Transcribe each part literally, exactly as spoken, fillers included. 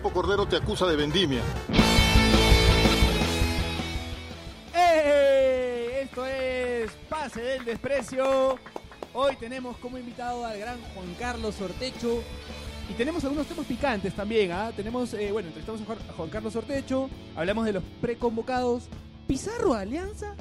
Campo Cordero te acusa de vendimia. ¡Eh! Esto es Pase del Desprecio. Hoy tenemos como invitado al gran Juan Carlos Ortecho. Y tenemos algunos temas picantes también, ¿ah? ¿eh? Tenemos, eh, bueno, entrevistamos a Juan Carlos Ortecho, hablamos de los preconvocados. ¿Pizarro Alianza?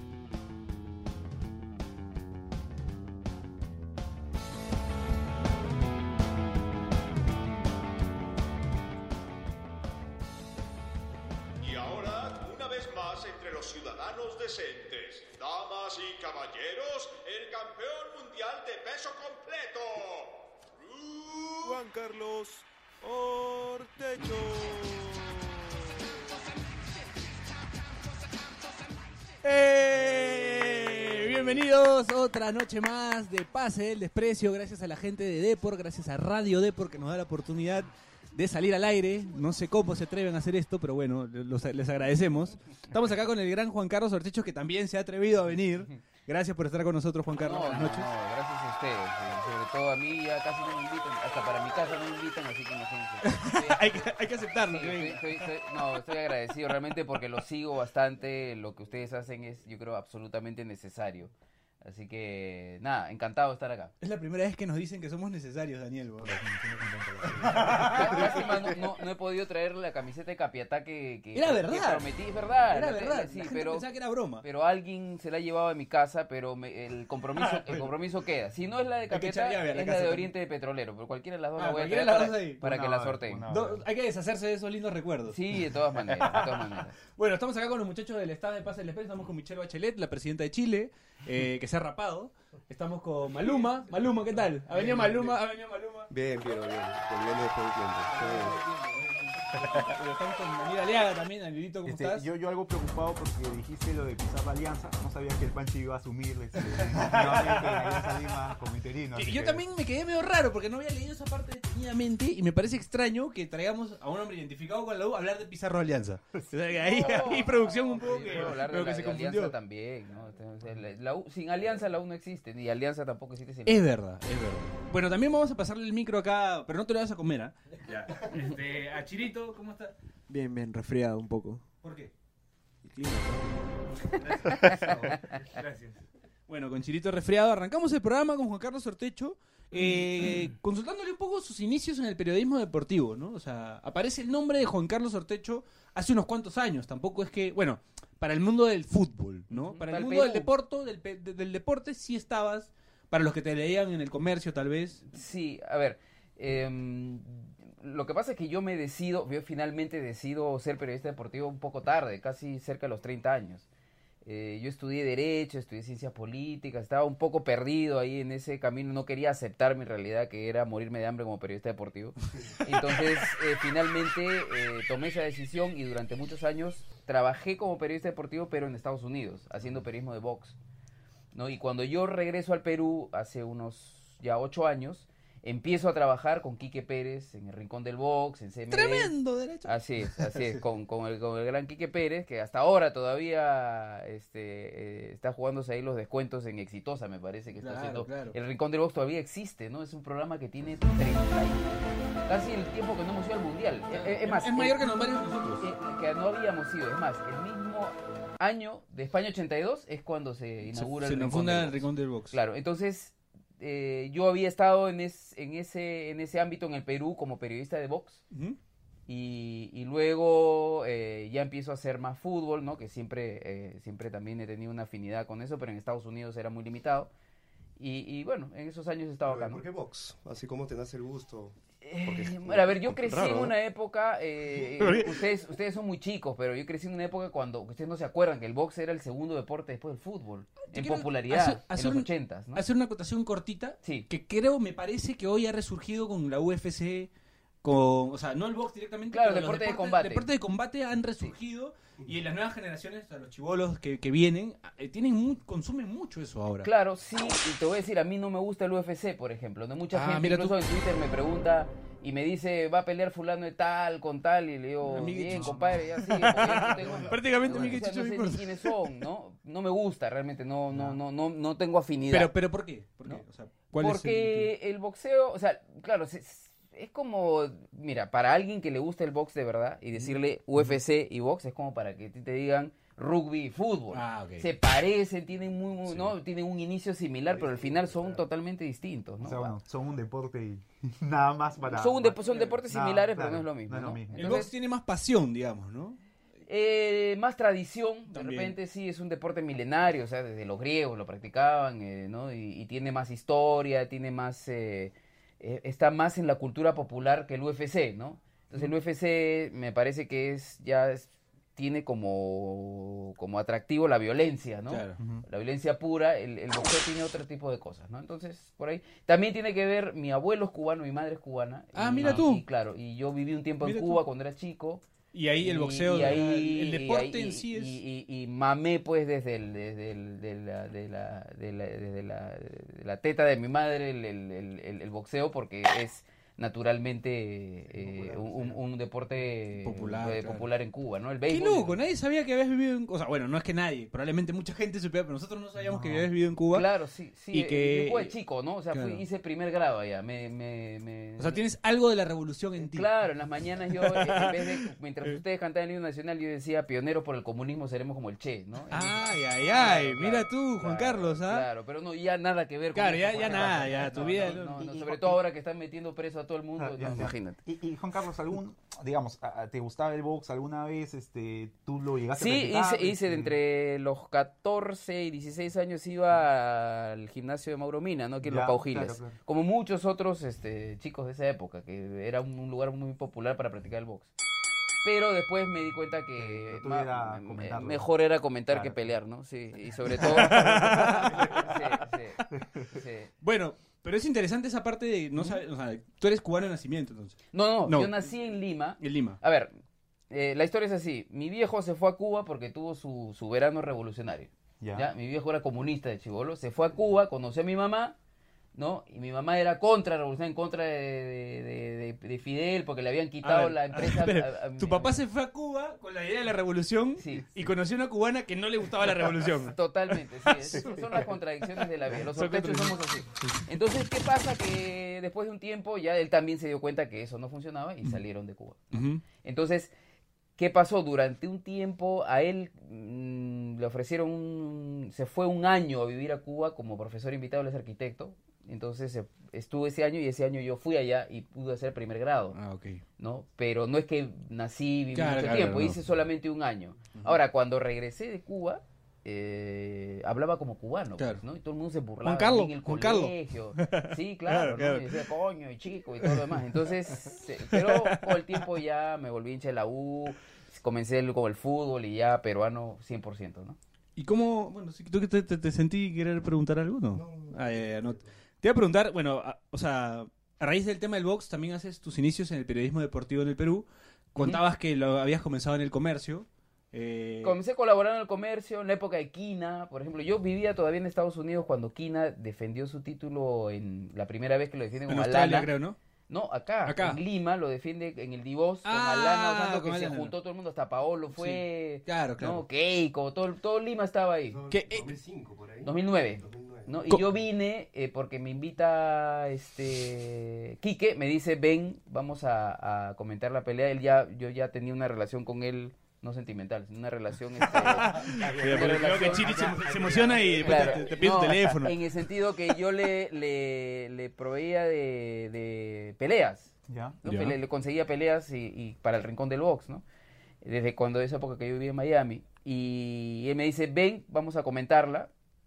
Y ahora, una vez más, entre los ciudadanos decentes, damas y caballeros, el campeón mundial de peso completo. Juan Carlos Ortecho. ¡Eh! Bienvenidos otra noche más de Pase del Desprecio. Gracias a la gente de Depor, gracias a Radio Depor que nos da la oportunidad de salir al aire. No sé cómo se atreven a hacer esto, pero bueno, los, les agradecemos. Estamos acá con el gran Juan Carlos Ortecho, que también se ha atrevido a venir. Gracias por estar con nosotros, Juan Carlos. No, Buenas no, noches. no, gracias a ustedes. Sobre todo a mí ya casi no me invitan, hasta para mi casa no me invitan, así que imagínense. hay, que, hay que aceptarlo. Sí, que estoy, estoy, estoy, no, estoy agradecido realmente porque lo sigo bastante. Lo que ustedes hacen es, yo creo, absolutamente necesario. Así que, nada, encantado de estar acá. Es la primera vez que nos dicen que somos necesarios, Daniel. Lástima, no, no, no he podido traer la camiseta de Capiatá que, que, Era que verdad. prometí. Es verdad. Era la- verdad. Sí, la gente pero, pensaba que era broma. pero alguien se la ha llevado a mi casa, pero me- el compromiso Ah, el bueno. compromiso queda. Si no es la de Hay que Capiatá, echar llave a la es casa la de también. Oriente de Petrolero. Pero cualquiera de las dos Ah, la voy a cualquiera traer de las para, dos ahí. para Una que la vez, sorteen. una Do- hay que deshacerse de esos lindos recuerdos. Sí, de todas maneras, de todas maneras. Bueno, estamos acá con los muchachos del Estado de Paz del Desprecio. Estamos con Michelle Bachelet, la presidenta de Chile, eh, que se ha rapado. Estamos con Maluma. Maluma, ¿qué tal? Ha venido Maluma, ha venido Maluma. Bien, bien, bien. Volviendo después de tiempo. Pero estamos con Daniel Aliaga también. Danielito, ¿cómo Este, estás? yo, yo algo preocupado porque dijiste lo de Pizarro Alianza. No sabía que el Panchi iba a asumir este, nuevamente en Alianza Lima como interino. Que así yo que- también me quedé medio raro porque no había leído esa parte detenidamente y me parece extraño que traigamos a un hombre identificado con la U a hablar de Pizarro Alianza. O sea, que ahí, ahí producción un poco Sí, que, puedo hablar de creo que la- se de Alianza confundió. también, ¿no? Entonces, la- la U- sin Alianza la U no existe, ni Alianza tampoco existe sin Es verdad, es verdad. Bueno, también vamos a pasarle el micro acá, pero no te lo vas a comer, ¿ah? Ya. Este, a Chirito, ¿cómo está? Bien, bien, resfriado un poco. ¿Por qué? El clima. Gracias. Bueno, con Chirito resfriado arrancamos el programa con Juan Carlos Ortecho, eh, consultándole un poco sus inicios en el periodismo deportivo, ¿no? O sea, aparece el nombre de Juan Carlos Ortecho hace unos cuantos años, tampoco es que, bueno, para el mundo del fútbol, ¿no? Ujú, Para para el el mundo del Perú. deporte, del, pe- de- del deporte sí estabas, para los que te leían en el comercio tal vez. Sí, a ver, em, lo que pasa es que yo me decido, yo finalmente decido ser periodista deportivo un poco tarde, casi cerca de los treinta años. Eh, yo estudié Derecho, estudié Ciencias Políticas, estaba un poco perdido ahí en ese camino, no quería aceptar mi realidad que era morirme de hambre como periodista deportivo. Entonces, eh, finalmente eh, tomé esa decisión y durante muchos años trabajé como periodista deportivo, pero en Estados Unidos, haciendo periodismo de box, ¿no? Y cuando yo regreso al Perú hace unos ya ocho años, empiezo a trabajar con Quique Pérez en el Rincón del Box, en C M D. Tremendo derecho. Así es, así es, con, con, el, con el gran Quique Pérez, que hasta ahora todavía este, eh, está jugándose ahí los descuentos en Exitosa, me parece que está Claro, haciendo. claro. El Rincón del Box todavía existe, ¿no? Es un programa que tiene treinta y- casi el tiempo que no hemos ido al Mundial. Eh, eh, es más, es mayor eh, que nos varios de nosotros. eh, que no habíamos ido, es más, el mismo año de España ochenta y dos es cuando se inaugura se el nos Rincón funda del el Box. Rincón del Box. Claro, entonces eh, yo había estado en, es, en, ese, en ese ámbito en el Perú como periodista de box Ujú. y, y luego eh, ya empiezo a hacer más fútbol, ¿no? Que siempre, eh, siempre también he tenido una afinidad con eso, pero en Estados Unidos era muy limitado. Y, y bueno, en esos años he estado acá, ¿no? ¿Por qué box? Así como te nace el gusto. Eh, bueno, a ver, yo crecí raro, en ¿no? una época, eh, ustedes, ustedes son muy chicos, pero yo crecí en una época cuando ustedes no se acuerdan que el box era el segundo deporte después del fútbol, en quiero popularidad, hacer- hacer en los un- ochentas, ¿no? Hacer una acotación cortita, Sí. que creo, me parece que hoy ha resurgido con la U F C, con, o sea, no el box directamente, Claro, pero los deporte de deportes- combate. deportes de combate han resurgido y en las nuevas generaciones, o sea, los chibolos que, que vienen, eh, tienen mu- consumen mucho eso ahora. Claro, sí, y te voy a decir, a mí no me gusta el U F C, por ejemplo, ¿no? Mucha Ah, gente mira incluso tú. en Twitter me pregunta y me dice, va a pelear fulano de tal con tal, y le digo, Amiguitos. bien, compadre, ya sí, porque yo no tengo- Prácticamente bueno, Miguel o sea, Chicho no me sé ni importa. quiénes son, ¿no? No me gusta, realmente, no, no, no, no, no tengo afinidad. Pero, pero ¿por qué? ¿Por qué? ¿No? O sea, ¿cuál es el Porque el boxeo, o sea, claro, se- es como, mira, para alguien que le gusta el box de verdad y decirle U F C y box es como para que te digan rugby y fútbol. Ah, ok. Se parecen, tienen muy, muy Sí. ¿no? Tienen un inicio similar, pero al final son totalmente distintos, ¿no? O sea, bueno, son un deporte y nada más para... Son, un depo- son deportes Nada, similares, claro, pero no es lo mismo. no es lo ¿no? mismo. El Entonces, box tiene más pasión, digamos, ¿no? eh, más tradición, de También. repente sí, es un deporte milenario, o sea, desde los griegos lo practicaban, eh, ¿no? Y, y tiene más historia, tiene más... eh, eh, está más en la cultura popular que el U F C, ¿no? Entonces el U F C me parece que es ya es- tiene como, como atractivo la violencia, ¿no? Claro. Ujú. La violencia pura, el, el boxeo tiene otro tipo de cosas, ¿no? Entonces, por ahí. También tiene que ver, mi abuelo es cubano, mi madre es cubana. Ah, y- mira tú. Y claro, y yo viví un tiempo Mira en tú. Cuba cuando era chico. Y ahí el boxeo, y ahí- el y deporte ahí- en sí es... Y, y- y mamé pues desde, el, desde el- de, la, de, la, de, la, desde la, de la teta de mi madre el, el, el, el- el boxeo porque es naturalmente eh, un, un deporte Popular, eh, claro. popular en Cuba, ¿no? El Qué béisbol. loco, nadie sabía que habías vivido en... O sea, bueno, no es que nadie, probablemente mucha gente supiera, pero nosotros no sabíamos que No. habías vivido en Cuba. Claro, sí, sí. Y eh, que- yo fui chico, ¿no? O sea, fui- Claro. hice primer grado allá. Me, me, me- O sea, tienes algo de la revolución en ti. Claro, en las mañanas yo, eh, en vez de, mientras ustedes cantaban el himno nacional, yo decía, pioneros por el comunismo seremos como el Che, ¿no? Ay, ay, Claro, ay, mira claro, tú, Juan claro, Carlos, ¿ah? Claro, pero no, ya nada que ver con Claro, eso, ya- por ya si nada, acaso. ya, tu No, vida- no, no, y- no, y- sobre y- todo ahora que están metiendo preso a todo el mundo, Ah, ya, no, ya. imagínate. Y, y Juan Carlos, algún, digamos, a- a- ¿te gustaba el box alguna vez? Este, ¿tú lo llegaste a Sí, practicar? hice, hice de Este, entre los catorce y dieciséis años iba al gimnasio de Mauro Mina, ¿no? Aquí en Ya, Los Caugiles. claro, claro. Como muchos otros este, chicos de esa época, que era un, un lugar muy popular para practicar el box. Pero después me di cuenta que Lo tuyo ma- era me- comentarlo. mejor era comentar Claro. que pelear, ¿no? Sí, y sobre todo... sí, sí, sí. Bueno, pero es interesante esa parte de... No sabes, o sea, tú eres cubano de nacimiento, entonces. No, no, No. yo nací en Lima. En Lima. A ver, eh, la historia es así. Mi viejo se fue a Cuba porque tuvo su, su verano revolucionario. Ya. ¿ya? Mi viejo era comunista de chibolo. Se fue a Cuba, conoció a mi mamá, ¿no? Y mi mamá era contra la revolución, en contra de, de, de- de- de Fidel, porque le habían A quitado ver, la empresa. espera, a- a- tu a- papá se fue a Cuba con la idea de la revolución Sí. y conoció a una cubana que no le gustaba la revolución. Totalmente, sí. es- Son las contradicciones de la vida. Los Son sortechos somos así. Entonces, ¿qué pasa? Que después de un tiempo ya él también se dio cuenta que eso no funcionaba y salieron de Cuba. Ujú. Entonces, ¿qué pasó? Durante un tiempo a él mm, le ofrecieron un... Se fue un año a vivir a Cuba como profesor invitado, él es arquitecto. Entonces eh, estuve ese año y ese año yo fui allá y pude hacer primer grado, Ah, ok. ¿no? Pero no es que nací y viví Claro, mucho claro, tiempo, no. hice solamente un año. Ahora, cuando regresé de Cuba, eh, hablaba como cubano, pues, Claro. ¿no? Y todo el mundo se burlaba Juan Carlos, de mí en el Juan Carlos. colegio. Sí, Claro, claro, ¿no? claro. Y decía coño y chico y todo lo demás. Entonces, se- pero con el tiempo ya me volví hincha de la U, comencé el- con el fútbol y ya peruano cien por ciento, ¿no? ¿Y cómo, bueno, si tú que te, te, te sentí querer preguntar algo, no? Ah, ya, ya, no. Te iba a preguntar, bueno, a- o sea, a raíz del tema del box también haces tus inicios en el periodismo deportivo en el Perú. Contabas que lo habías comenzado en el comercio. eh, Comencé colaborando en el comercio en la época de Quina, por ejemplo. Yo vivía todavía en Estados Unidos cuando Quina defendió su título en la primera vez que lo defiende en con Australia, Alana. creo, ¿no? No, acá, Acá. en Lima, lo defiende en el Divos con Ah, Alana Osando, que con se Alana. juntó todo el mundo, hasta Paolo fue, Claro, claro. no, Keiko, todo, todo Lima estaba ahí. Que, eh, dos mil cinco por ahí. dos mil nueve. dos mil nueve. ¿No? Y Co- yo vine eh, porque me invita este Quique, me dice, ven, vamos a, a comentar la pelea. Él ya, yo ya tenía una relación con él, no sentimental, sino una relación... Este, Cuidado, una porque creo que relación- Chiri se, se emociona y después Claro, te, te pide no, tu teléfono. En el sentido que yo le, le, le proveía de, de peleas, Ya. ¿no? Ya. Pele- le conseguía peleas y, y para el rincón del box, ¿no? Desde cuando esa época que yo vivía en Miami. Y él me dice, ven, vamos a comentarla.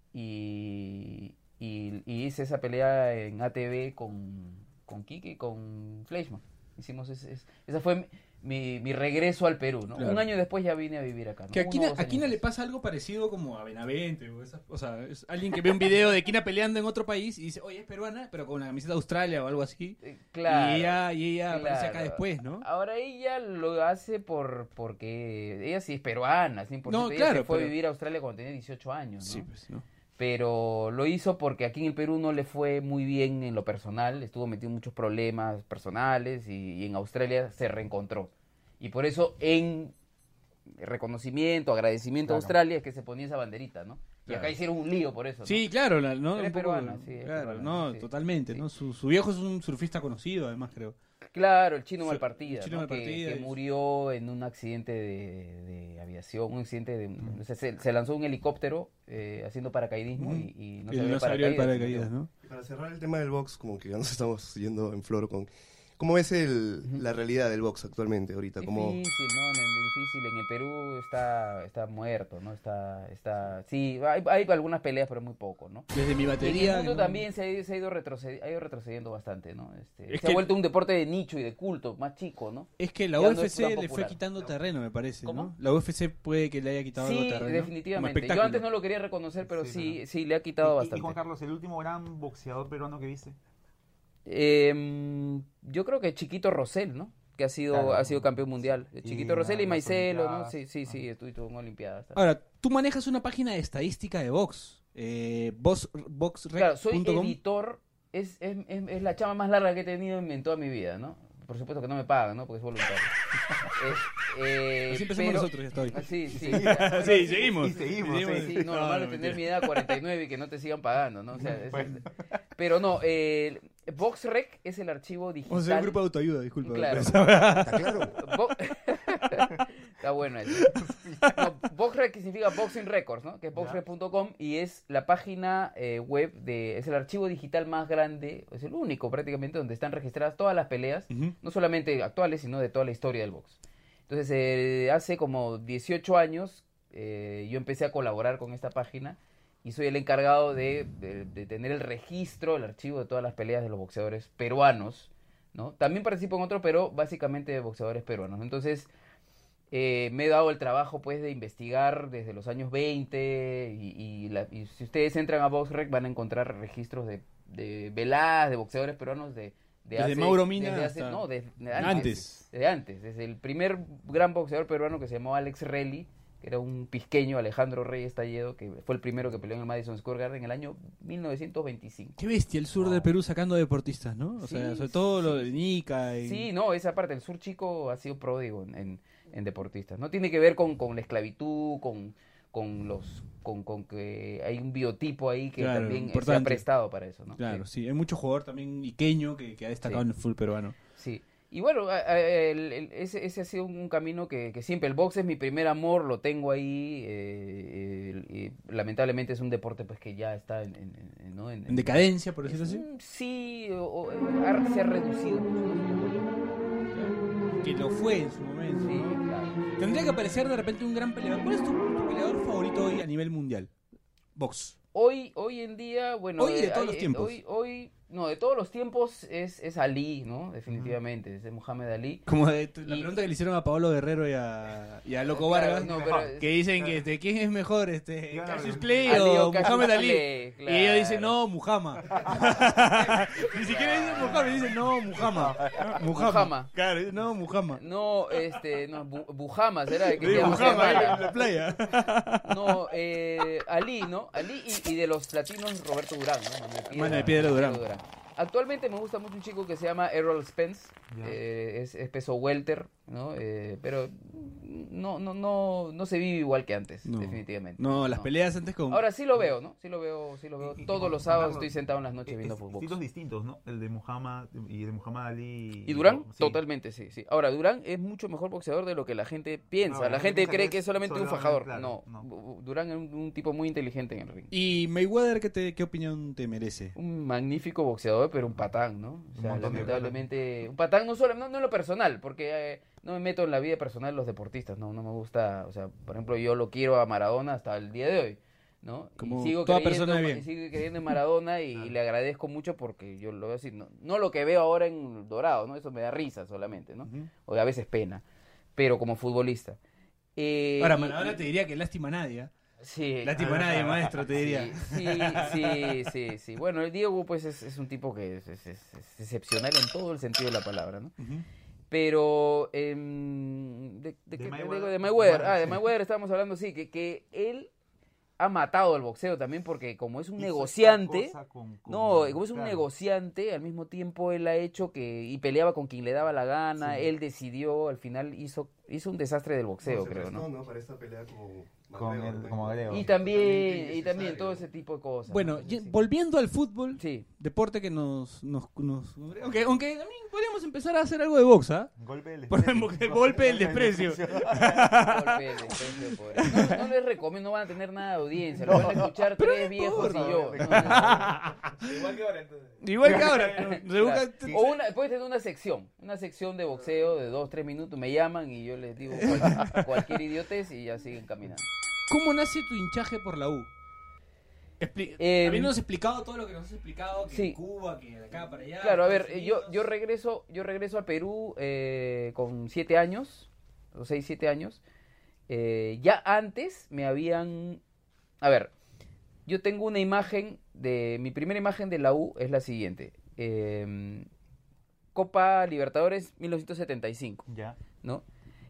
Y, y, y hice esa pelea en A T V con, con Kike y con Fleischmann. Hicimos ese, ese- esa fue mi, mi regreso al Perú, ¿no? Claro. Un año después ya vine a vivir acá, ¿no? Que a Uno Quina, o dos a Quina años le más. pasa algo parecido como a Benavente. O, esas- o sea, es alguien que ve un video de Quina peleando en otro país y dice, oye, es peruana, pero con la camiseta de Australia o algo así. Eh, Claro. y ella, y ella aparece acá Claro. después, ¿no? Ahora ella lo hace por porque ella sí es peruana, cien por ciento. No, Ella claro, se fue pero- a vivir a Australia cuando tenía dieciocho años, ¿no? Sí, pues, ¿no? Pero lo hizo porque aquí en el Perú no le fue muy bien en lo personal, estuvo metido en muchos problemas personales y, y en Australia se reencontró. Y por eso en reconocimiento, agradecimiento a Claro. Australia es que se ponía esa banderita, ¿no? Y Claro. acá hicieron un lío por eso, ¿no? Sí, claro, la- ¿no? Pero es Un poco- peruana, sí, es claro, peruana, no, sí. totalmente, Sí. ¿no? Su, su viejo es un surfista conocido, además, creo. Claro, el chino Su- Malpartida, el chino ¿no? que, Malpartida que es- murió en un accidente de, de aviación, un accidente de... Mm. o sea, se, se lanzó un helicóptero eh, haciendo paracaidismo Ujú. y, y no Y se no abrió se abrió el paracaídas, paracaídas, murió. ¿no? Y para cerrar el tema del box, como que ya nos estamos yendo en floro con... ¿Cómo ves el, la realidad del box actualmente, ahorita? ¿Cómo... Difícil, ¿no? En el- difícil. En el Perú está, está muerto, ¿no? Está, está... Sí, hay, hay algunas peleas, pero muy poco, ¿no? Desde mi Y en batería... el mundo ¿no? también se ha, ido- se ha ido, retrocedi- ha ido retrocediendo bastante, ¿no? Este, Es se que- ha vuelto un deporte de nicho y de culto, más chico, ¿no? Es que la Ya no U F es C tan le fue popular. quitando terreno, me parece, ¿Cómo? ¿no? La U F C puede que le haya quitado algo Sí, terreno. definitivamente. Como Yo antes no lo quería reconocer, pero Sí, sí, pero- sí, le ha quitado Y- y, bastante. Juan Carlos, el último gran boxeador peruano que viste. Eh, yo creo que Chiquito Rosell, ¿no? Que ha sido, Claro. ha sido campeón mundial. Sí, Chiquito Rosell y las Maicelo, ¿no? Olimpiadas. Sí, sí, sí, Ajá. estuvo en Olimpiadas. Ahora, tú manejas una página de estadística de box. Eh, box, boxrec Claro, soy punto com. editor, es, es, es, es la chama más larga que he tenido en, en toda mi vida, ¿no? Por supuesto que no me pagan, ¿no? Porque es voluntario. Es, eh, Así empezamos pero- nosotros, ya está bien. Ah, sí, sí. Sí, seguimos. Y seguimos, Seguimos. sí. Sí, no, No, normal no, es tener mentira. mi edad cuarenta y nueve y que no te sigan pagando, ¿no? O sea, es- Bueno. pero no, eh, VoxRec es el archivo digital. O sea, un grupo de autoayuda, disculpa. Claro. ¿Está claro? Vo- Está bueno eso. No, VoxRec que significa Boxing Records, ¿no? Que es voxrec punto com y es la página eh, web de... Es el archivo digital más grande, es el único prácticamente donde están registradas todas las peleas, Ujú. no solamente actuales, sino de toda la historia del box. Entonces, eh, hace como dieciocho años eh, yo empecé a colaborar con esta página y soy el encargado de, de- de tener el registro, el archivo de todas las peleas de los boxeadores peruanos, ¿no? También participo en otro, pero básicamente de boxeadores peruanos. Entonces, eh, me he dado el trabajo pues de investigar desde los años veinte y, y la- y si ustedes entran a VoxRec van a encontrar registros de, de veladas de boxeadores peruanos de, de Desde hace, Mauro Mina desde hace- hasta- no, de- de Antes. desde antes, desde el primer gran boxeador peruano que se llamó Alex Relly, que era un pisqueño, Alejandro Reyes Talledo, que fue el primero que peleó en el Madison Square Garden en el año mil novecientos veinticinco. Qué bestia, el sur del Perú sacando deportistas, ¿no? O Sí, sea, sobre todo lo sí. de Nica. Y... Sí, no, esa parte, el sur chico ha sido pródigo en, en, en deportistas. No tiene que ver con, con la esclavitud, con, con los con, con que hay un biotipo ahí que Claro, también eh, se ha importante. prestado para eso, ¿no? Claro, Sí. sí. Hay mucho jugador también iqueño que, que ha destacado Sí. en el fútbol peruano. Sí. Y bueno, a- a- el- el- ese, ese ha sido un camino que, que siempre, el box es mi primer amor, lo tengo ahí, eh, el- y lamentablemente es un deporte pues que ya está en, en- en- ¿no? en- En decadencia, por decirlo es así. un- Sí, o- o- ha- se ha reducido mucho. Que lo fue en su momento. Sí, claro. Tendría que aparecer de repente un gran peleador. ¿Cuál es tu, tu peleador favorito hoy a nivel mundial? Box. Hoy, hoy en día, bueno... Hoy y de eh, todos hay- los eh, tiempos. Hoy, hoy, no, de todos los tiempos es, es Ali, ¿no? Definitivamente, es de Muhammad Ali. Como de- la Y- pregunta que le hicieron a Pablo Guerrero y a, y a Loco Claro, Vargas. no, pero- Que dicen que este, ¿quién es mejor? Este, Digan la Cassius verdad. Clay Ali o o Cassius Muhammad Ali. Clay, Y ellos dicen, claro. no, Muhammad. Ni siquiera dicen Muhammad, dicen, no, Muhammad. Muhammad. Muhammad. Claro, dicen, no, Muhammad. No, este, no, Bu- Bujamas era el que Sí, se llama Muhammad, Guatemala. en la playa. No, eh, Ali, ¿no? Ali y, y de los latinos Roberto Durán, ¿no? Mano de Piedra, Mano de Piedra Durán. Actualmente me gusta mucho un chico que se llama Errol Spence, Ya. eh, es, es peso welter, ¿no? Eh, pero no, no, no, no se vive igual que antes, No. definitivamente. No, las peleas antes con... Ahora sí lo veo, ¿no? Sí lo veo, sí lo veo. Y- y- Todos y- los y- sábados Carlos, estoy sentado en las noches Es- viendo es- fútbol. Estilos distintos, ¿no? El de Muhammad y de Muhammad Ali. ¿Y Durán? Sí. Totalmente, sí, sí. Ahora, Durán es mucho mejor boxeador de lo que la gente piensa. No, la gente piensa cree que que es es solamente un solamente- fajador. claro, no, no. Bu- Durán es un, un tipo muy inteligente en el ring. ¿Y Mayweather qué, te, qué opinión te merece? Un magnífico boxeador, pero un patán, ¿no? O Un sea, montón de lamentablemente... Un patán no solo, no, no en lo personal, porque eh, no me meto en la vida personal de los deportistas, no, no me gusta... O sea, por ejemplo, yo lo quiero a Maradona hasta el día de hoy, ¿no? Como y sigo toda creyendo, persona de bien. y sigo creyendo en Maradona y, y le agradezco mucho porque yo lo veo así, no, no lo que veo ahora en Dorado, ¿no? Eso me da risa solamente, ¿no? Ujú. O a veces pena, pero como futbolista. Eh, Ahora, y- Maradona y- te diría que lástima a nadie. ¿eh? Sí, Lástima a nadie, maestro, te diría. Sí, sí, sí, sí, sí. Bueno, el Diego pues es, es un tipo que es, es- es- es excepcional en todo el sentido de la palabra, ¿no? Ujú. Pero em, de, de, De qué- Mayweather. de- de Mayweather, ah, de Sí. Mayweather estábamos hablando, sí, que, que él ha matado al boxeo también porque como es un Hizo negociante, esta cosa con- con- no, como es un claro. negociante, al mismo tiempo él ha hecho que, y peleaba con quien le daba la gana, Sí. él decidió, al final hizo hizo un desastre del boxeo, No, se creo, prestó, ¿no? Para esta pelea con Con McGregor, el- ¿no? como McGregor. Y Totalmente también, y innecesario. también todo ese tipo de cosas. Bueno, ¿no? y- Sí. volviendo al fútbol, Sí. deporte que nos... nos, nos aunque, aunque también podríamos empezar a hacer algo de boxa. Golpe del Por desprecio. ejemplo, que golpe del desprecio. Golpe de desprecio, pobre. No, no les recomiendo, no van a tener nada de audiencia, lo van a escuchar pero tres no viejos y importa. yo. No, no, Igual que ahora, entonces. Igual que ahora. ¿no? Se busca- no. O una, puedes tener una sección, una sección de boxeo de dos, tres minutos, me llaman y yo les digo cual- cualquier idiotez y ya siguen caminando. ¿Cómo nace tu hinchaje por la U? Expli Eh, Habiéndonos explicado todo lo que nos has explicado, que sí. en Cuba, que de acá para allá. Claro, a ver, Estados eh, yo, Unidos. yo regreso, yo regreso al Perú eh, con siete años, o seis, siete años. Eh, ya antes me habían, a ver, yo tengo una imagen de, mi primera imagen de la U es la siguiente. eh, Copa Libertadores mil novecientos setenta y cinco, Ya. ¿no?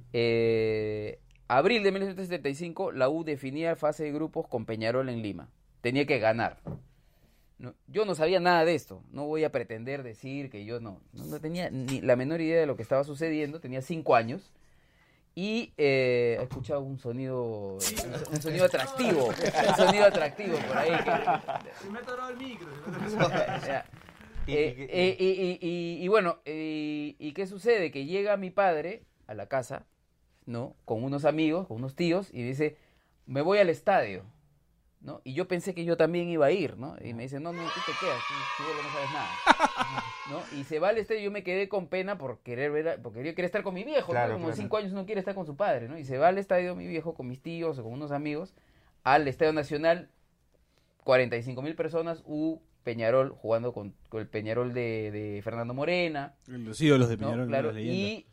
Eh, abril de mil novecientos setenta y cinco, la U definía fase de grupos con Peñarol en Lima. Tenía que ganar. ¿No? Yo no sabía nada de esto. No voy a pretender decir que yo no. No, no tenía ni la menor idea de lo que estaba sucediendo. Tenía cinco años. Y eh, he escuchado un sonido, un, un sonido atractivo. Un sonido atractivo por ahí. que- Se me ha atorado el micro. Ya. Y- Eh, y- eh, y, y- y- y bueno, eh, ¿y qué sucede? Que llega mi padre a la casa, ¿no? Con unos amigos, con unos tíos, y dice, me voy al estadio, ¿no? Y yo pensé que yo también iba a ir, ¿no? Y me dice, no, no, tú te quedas, tú, tú no sabes nada, ¿no? Y se va al estadio y yo me quedé con pena por querer ver, a- porque yo quería estar con mi viejo, Claro, ¿no? Como claro. cinco años uno quiere estar con su padre, ¿no? Y se va al estadio mi viejo con mis tíos o con unos amigos, al Estadio Nacional, cuarenta y cinco mil personas, U Peñarol jugando con, con el Peñarol de, de Fernando Morena, Los ídolos de ¿no? Peñarol, Claro, las leyendas. y,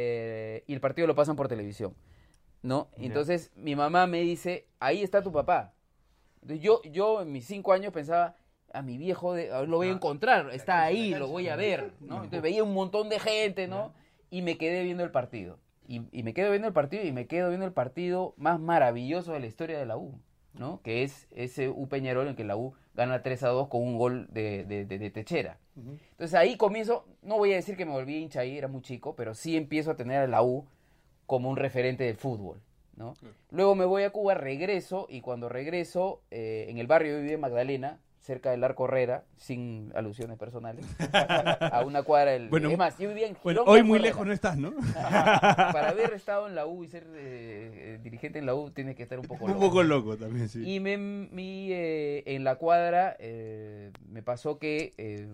eh, y el partido lo pasan por televisión, ¿no? Ya. Entonces mi mamá me dice, ahí está tu papá. Entonces yo, yo en mis cinco años pensaba, a mi viejo de- a- lo voy a encontrar, está ahí, lo voy a ver, ¿no? Entonces veía un montón de gente, ¿no? Y me quedé viendo el partido. Y, y me quedo viendo el partido y me quedo viendo el partido más maravilloso de la historia de la U, ¿no? Que es ese U Peñarol en que la U gana tres a dos con un gol de, de, de, de Techera. Entonces ahí comienzo, no voy a decir que me volví hincha ahí, era muy chico, pero sí empiezo a tener a la U como un referente del fútbol, ¿no? Luego me voy a Cuba, regreso, y cuando regreso, eh, en el barrio yo vivía en Magdalena, cerca del Arco Herrera, sin alusiones personales, a una cuadra del... Bueno, es más, yo vivía en Bueno, Girón, hoy Arco muy Herrera. lejos no estás, ¿no? Para haber estado en la U y ser eh, dirigente en la U, tienes que estar un poco Un loco. poco loco también, sí. Y me, mi, eh, en la cuadra eh, me pasó que eh,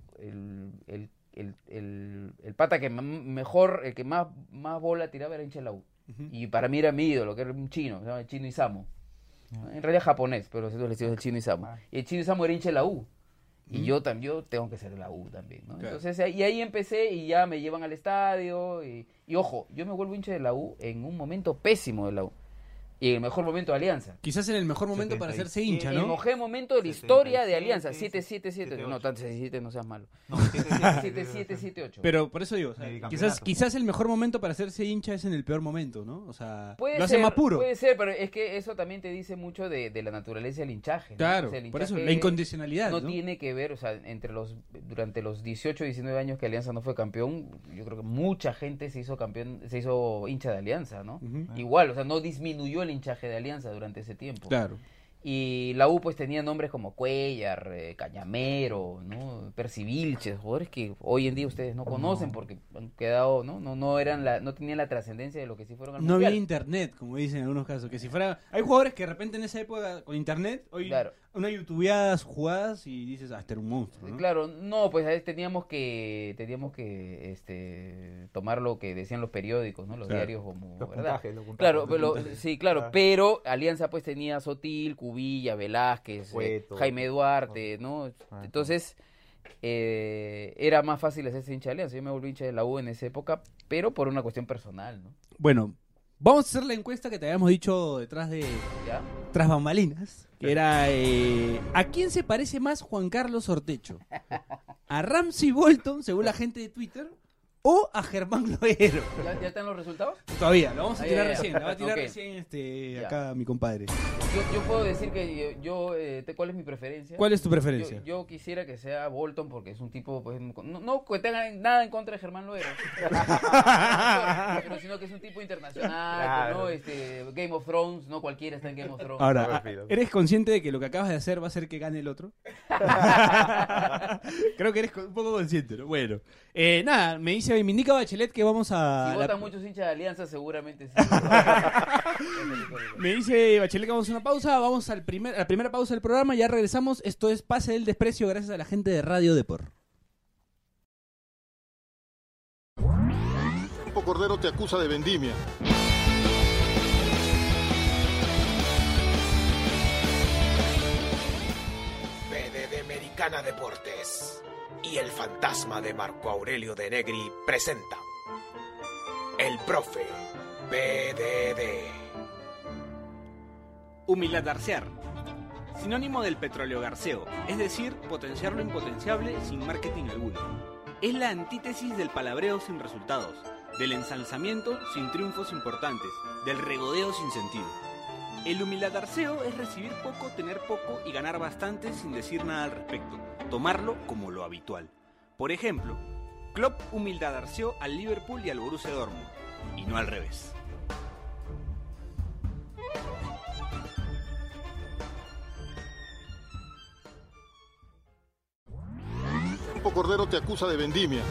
el, el, el, el, el pata que m- mejor, el que más, más bola tiraba era hincha de la U. Ujú. Y para mí era mi ídolo, que era un chino, se llama el Chino Isamu. ¿No? En realidad japonés, pero nosotros le decimos el Chino Isamu. Ah. Y el Chino Isamu era hincha de la U. Y Ujú. yo también, yo tengo que ser de la U también, ¿no? Claro. Entonces, y ahí empecé y ya me llevan al estadio. Y, y ojo, yo me vuelvo hincha de la U en un momento pésimo de la U. Y en el mejor momento de Alianza. Quizás en el mejor momento para setenta y hacerse hincha, En el ¿no? mejor momento de la historia de setenta y Alianza. siete, siete siete siete. setenta y No, ocho. tanto setenta y siete no seas malo. No, siete, siete, siete siete siete ocho. Pero por eso digo, o sea, Medio quizás, campeonato. quizás el mejor momento para hacerse hincha es en el peor momento, ¿no? O sea, Puede lo hace ser, más puro. Puede ser, pero es que eso también te dice mucho de, de la naturaleza del hinchaje, ¿no? Claro, O sea, el por eso, hinchaje la incondicionalidad, no, ¿no? tiene que ver, o sea, entre los durante los dieciocho, diecinueve años que Alianza no fue campeón, yo creo que mucha gente se hizo campeón, se hizo hincha de Alianza, ¿no? Ujú. Igual, o sea, no disminuyó el hinchaje de Alianza durante ese tiempo. Claro. Y la U pues tenía nombres como Cuellar, eh, Cañamero, ¿no? Percy Vilches, jugadores que hoy en día ustedes no conocen porque han quedado, ¿no? No, no eran la, no tenían la trascendencia de lo que sí fueron al No Mundial. había internet, como dicen en algunos casos. Que si fuera. Hay jugadores que de repente en esa época con internet, hoy Claro. una youtubeada sus jugadas y dices, ah, este era un monstruo, ¿no? Claro, no, pues ahí teníamos que teníamos que este tomar lo que decían los periódicos, ¿no? Los Claro. diarios como, Los ¿verdad? puntajes, los puntajes, Claro, los pero, puntajes. sí, claro, Ah. pero Alianza pues tenía Sotil, Cubilla, Velázquez, eh, Cueto. Jaime Duarte, ¿no? Ah, Entonces eh, era más fácil hacerse hincha de Alianza. Yo me volví hincha de la U en esa época, pero por una cuestión personal, ¿no? Bueno, vamos a hacer la encuesta que te habíamos dicho detrás de. ¿Ya? Tras bambalinas. Que era. eh, ¿A quién se parece más Juan Carlos Ortecho? ¿A Ramsey Bolton, según la gente de Twitter? o a Germán Loero. ¿Ya, ¿Ya están los resultados? Todavía, lo vamos a Ah, tirar ya, ya. recién. La va a tirar Ok. recién este, Ya. acá mi compadre. Yo, yo puedo decir que yo, yo, eh, te- ¿cuál es mi preferencia? ¿Cuál es tu preferencia? Yo, yo quisiera que sea Bolton porque es un tipo, pues, no, no que tenga nada en contra de Germán Loero, pero sino que es un tipo internacional, Claro. ¿no? Este, Game of Thrones, no cualquiera está en Game of Thrones. Ahora, Rápido. ¿eres consciente de que lo que acabas de hacer va a hacer que gane el otro? Creo que eres un poco consciente, ¿no? Bueno, eh, nada, me dice, me indica Bachelet que vamos a... Si la- votan muchos hinchas de Alianza, seguramente sí. Me dice Bachelet que vamos a una pausa, vamos al primer, a la primera pausa del programa, ya regresamos. Esto es Pase del Desprecio gracias a la gente de Radio Depor. Campo Cordero te acusa de vendimia. B D D Americana Deportes y el fantasma de Marco Aurelio de Negri presentan El Profe B D D. Humiladarsear, sinónimo del petróleo garceo, es decir, potenciar lo impotenciable sin marketing alguno. Es la antítesis del palabreo sin resultados, del ensalzamiento sin triunfos importantes, del regodeo sin sentido. El humiladarceo es recibir poco, tener poco y ganar bastante sin decir nada al respecto, tomarlo como lo habitual. Por ejemplo, Klopp humildadarseó al Liverpool y al Borussia Dortmund, y no al revés. Campo Cordero te acusa de vendimia.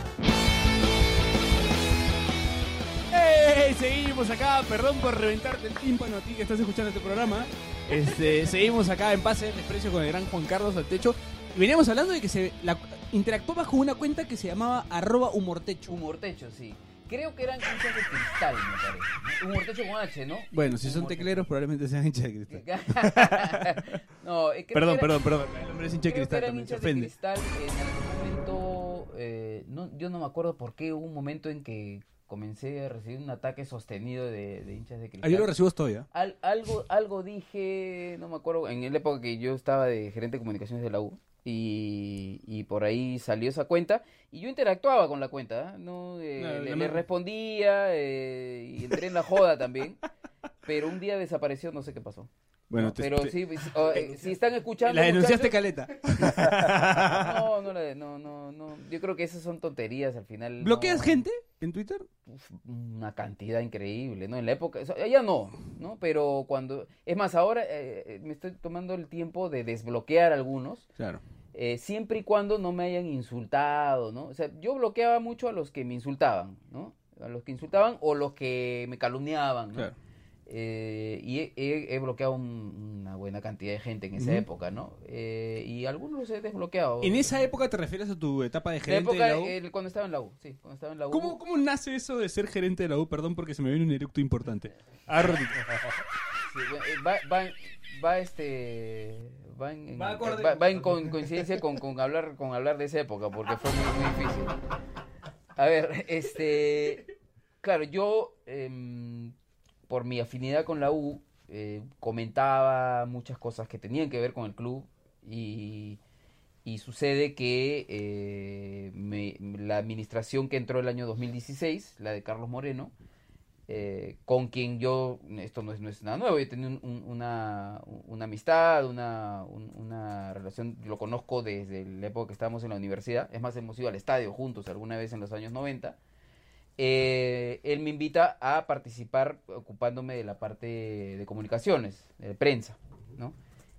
¡Ey! Seguimos acá, perdón por reventarte el tímpano a ti que estás escuchando este programa. Este, seguimos acá en Pase del Desprecio con el gran Juan Carlos Altecho. Y veníamos hablando de que se la, interactuabas con una cuenta que se llamaba arroba humortecho. Humortecho, sí. Creo que eran hinchas de cristal, me parece. Humortecho con H, ¿no? Bueno, si son Humortecho. tecleros probablemente sean hinchas de cristal. No, eh, creo Perdón, que era- perdón, perdón. El hombre es hincha de Creo que cristal eran también, se hinchas de ofende. cristal. En algún momento, eh, no, yo no me acuerdo por qué hubo un momento en que comencé a recibir un ataque sostenido de, de hinchas de Ah, cristal. yo lo recibo todavía. Al- algo, algo dije, no me acuerdo, en la época que yo estaba de gerente de comunicaciones de la U. Y, y por ahí salió esa cuenta y yo interactuaba con la cuenta, ¿no? Eh, No, le, no le me- respondía eh, y entré en la joda también, pero un día desapareció, no sé qué pasó. Bueno, No, te- pero te- sí, sí, oh, eh, si están escuchando... La denunciaste, muchachos- Caleta. No, no, la- no, no, no, yo creo que esas son tonterías al final. ¿Bloqueas no- gente en Twitter? Uf, una cantidad increíble, ¿no? En la época, o sea, ya no, ¿no? Pero cuando... Es más, ahora eh, eh, me estoy tomando el tiempo de desbloquear algunos. Claro. Eh, siempre y cuando no me hayan insultado, ¿no? O sea, yo bloqueaba mucho a los que me insultaban, ¿no? A los que insultaban o los que me calumniaban, ¿no? Claro. Eh, y he, he- he bloqueado un- una buena cantidad de gente en esa Ujú. época, ¿no? Eh, y algunos los he desbloqueado. ¿En esa época te refieres a tu etapa de La gerente época, de la U? el- cuando estaba en la U, sí, cuando estaba en la U. ¿Cómo, ¿Cómo nace eso de ser gerente de la U? Perdón porque se me viene un eructo importante. Ah, ratito. Sí, va, va, va este va en, en- Va acorde. va- va en con- coincidencia con, con hablar con hablar de esa época porque fue muy, muy difícil. A ver, este claro, yo em, por mi afinidad con la U eh, comentaba muchas cosas que tenían que ver con el club y y sucede que eh, me- la administración que entró el año dos mil dieciséis, la de Carlos Moreno, eh, con quien yo, esto no es, no es nada nuevo, yo he tenido un- un- una, una amistad, una, un- una relación, lo conozco desde la época que estábamos en la universidad, es más, hemos ido al estadio juntos alguna vez en los años noventa. Eh, él me invita a participar ocupándome de la parte de comunicaciones, de prensa, ¿no?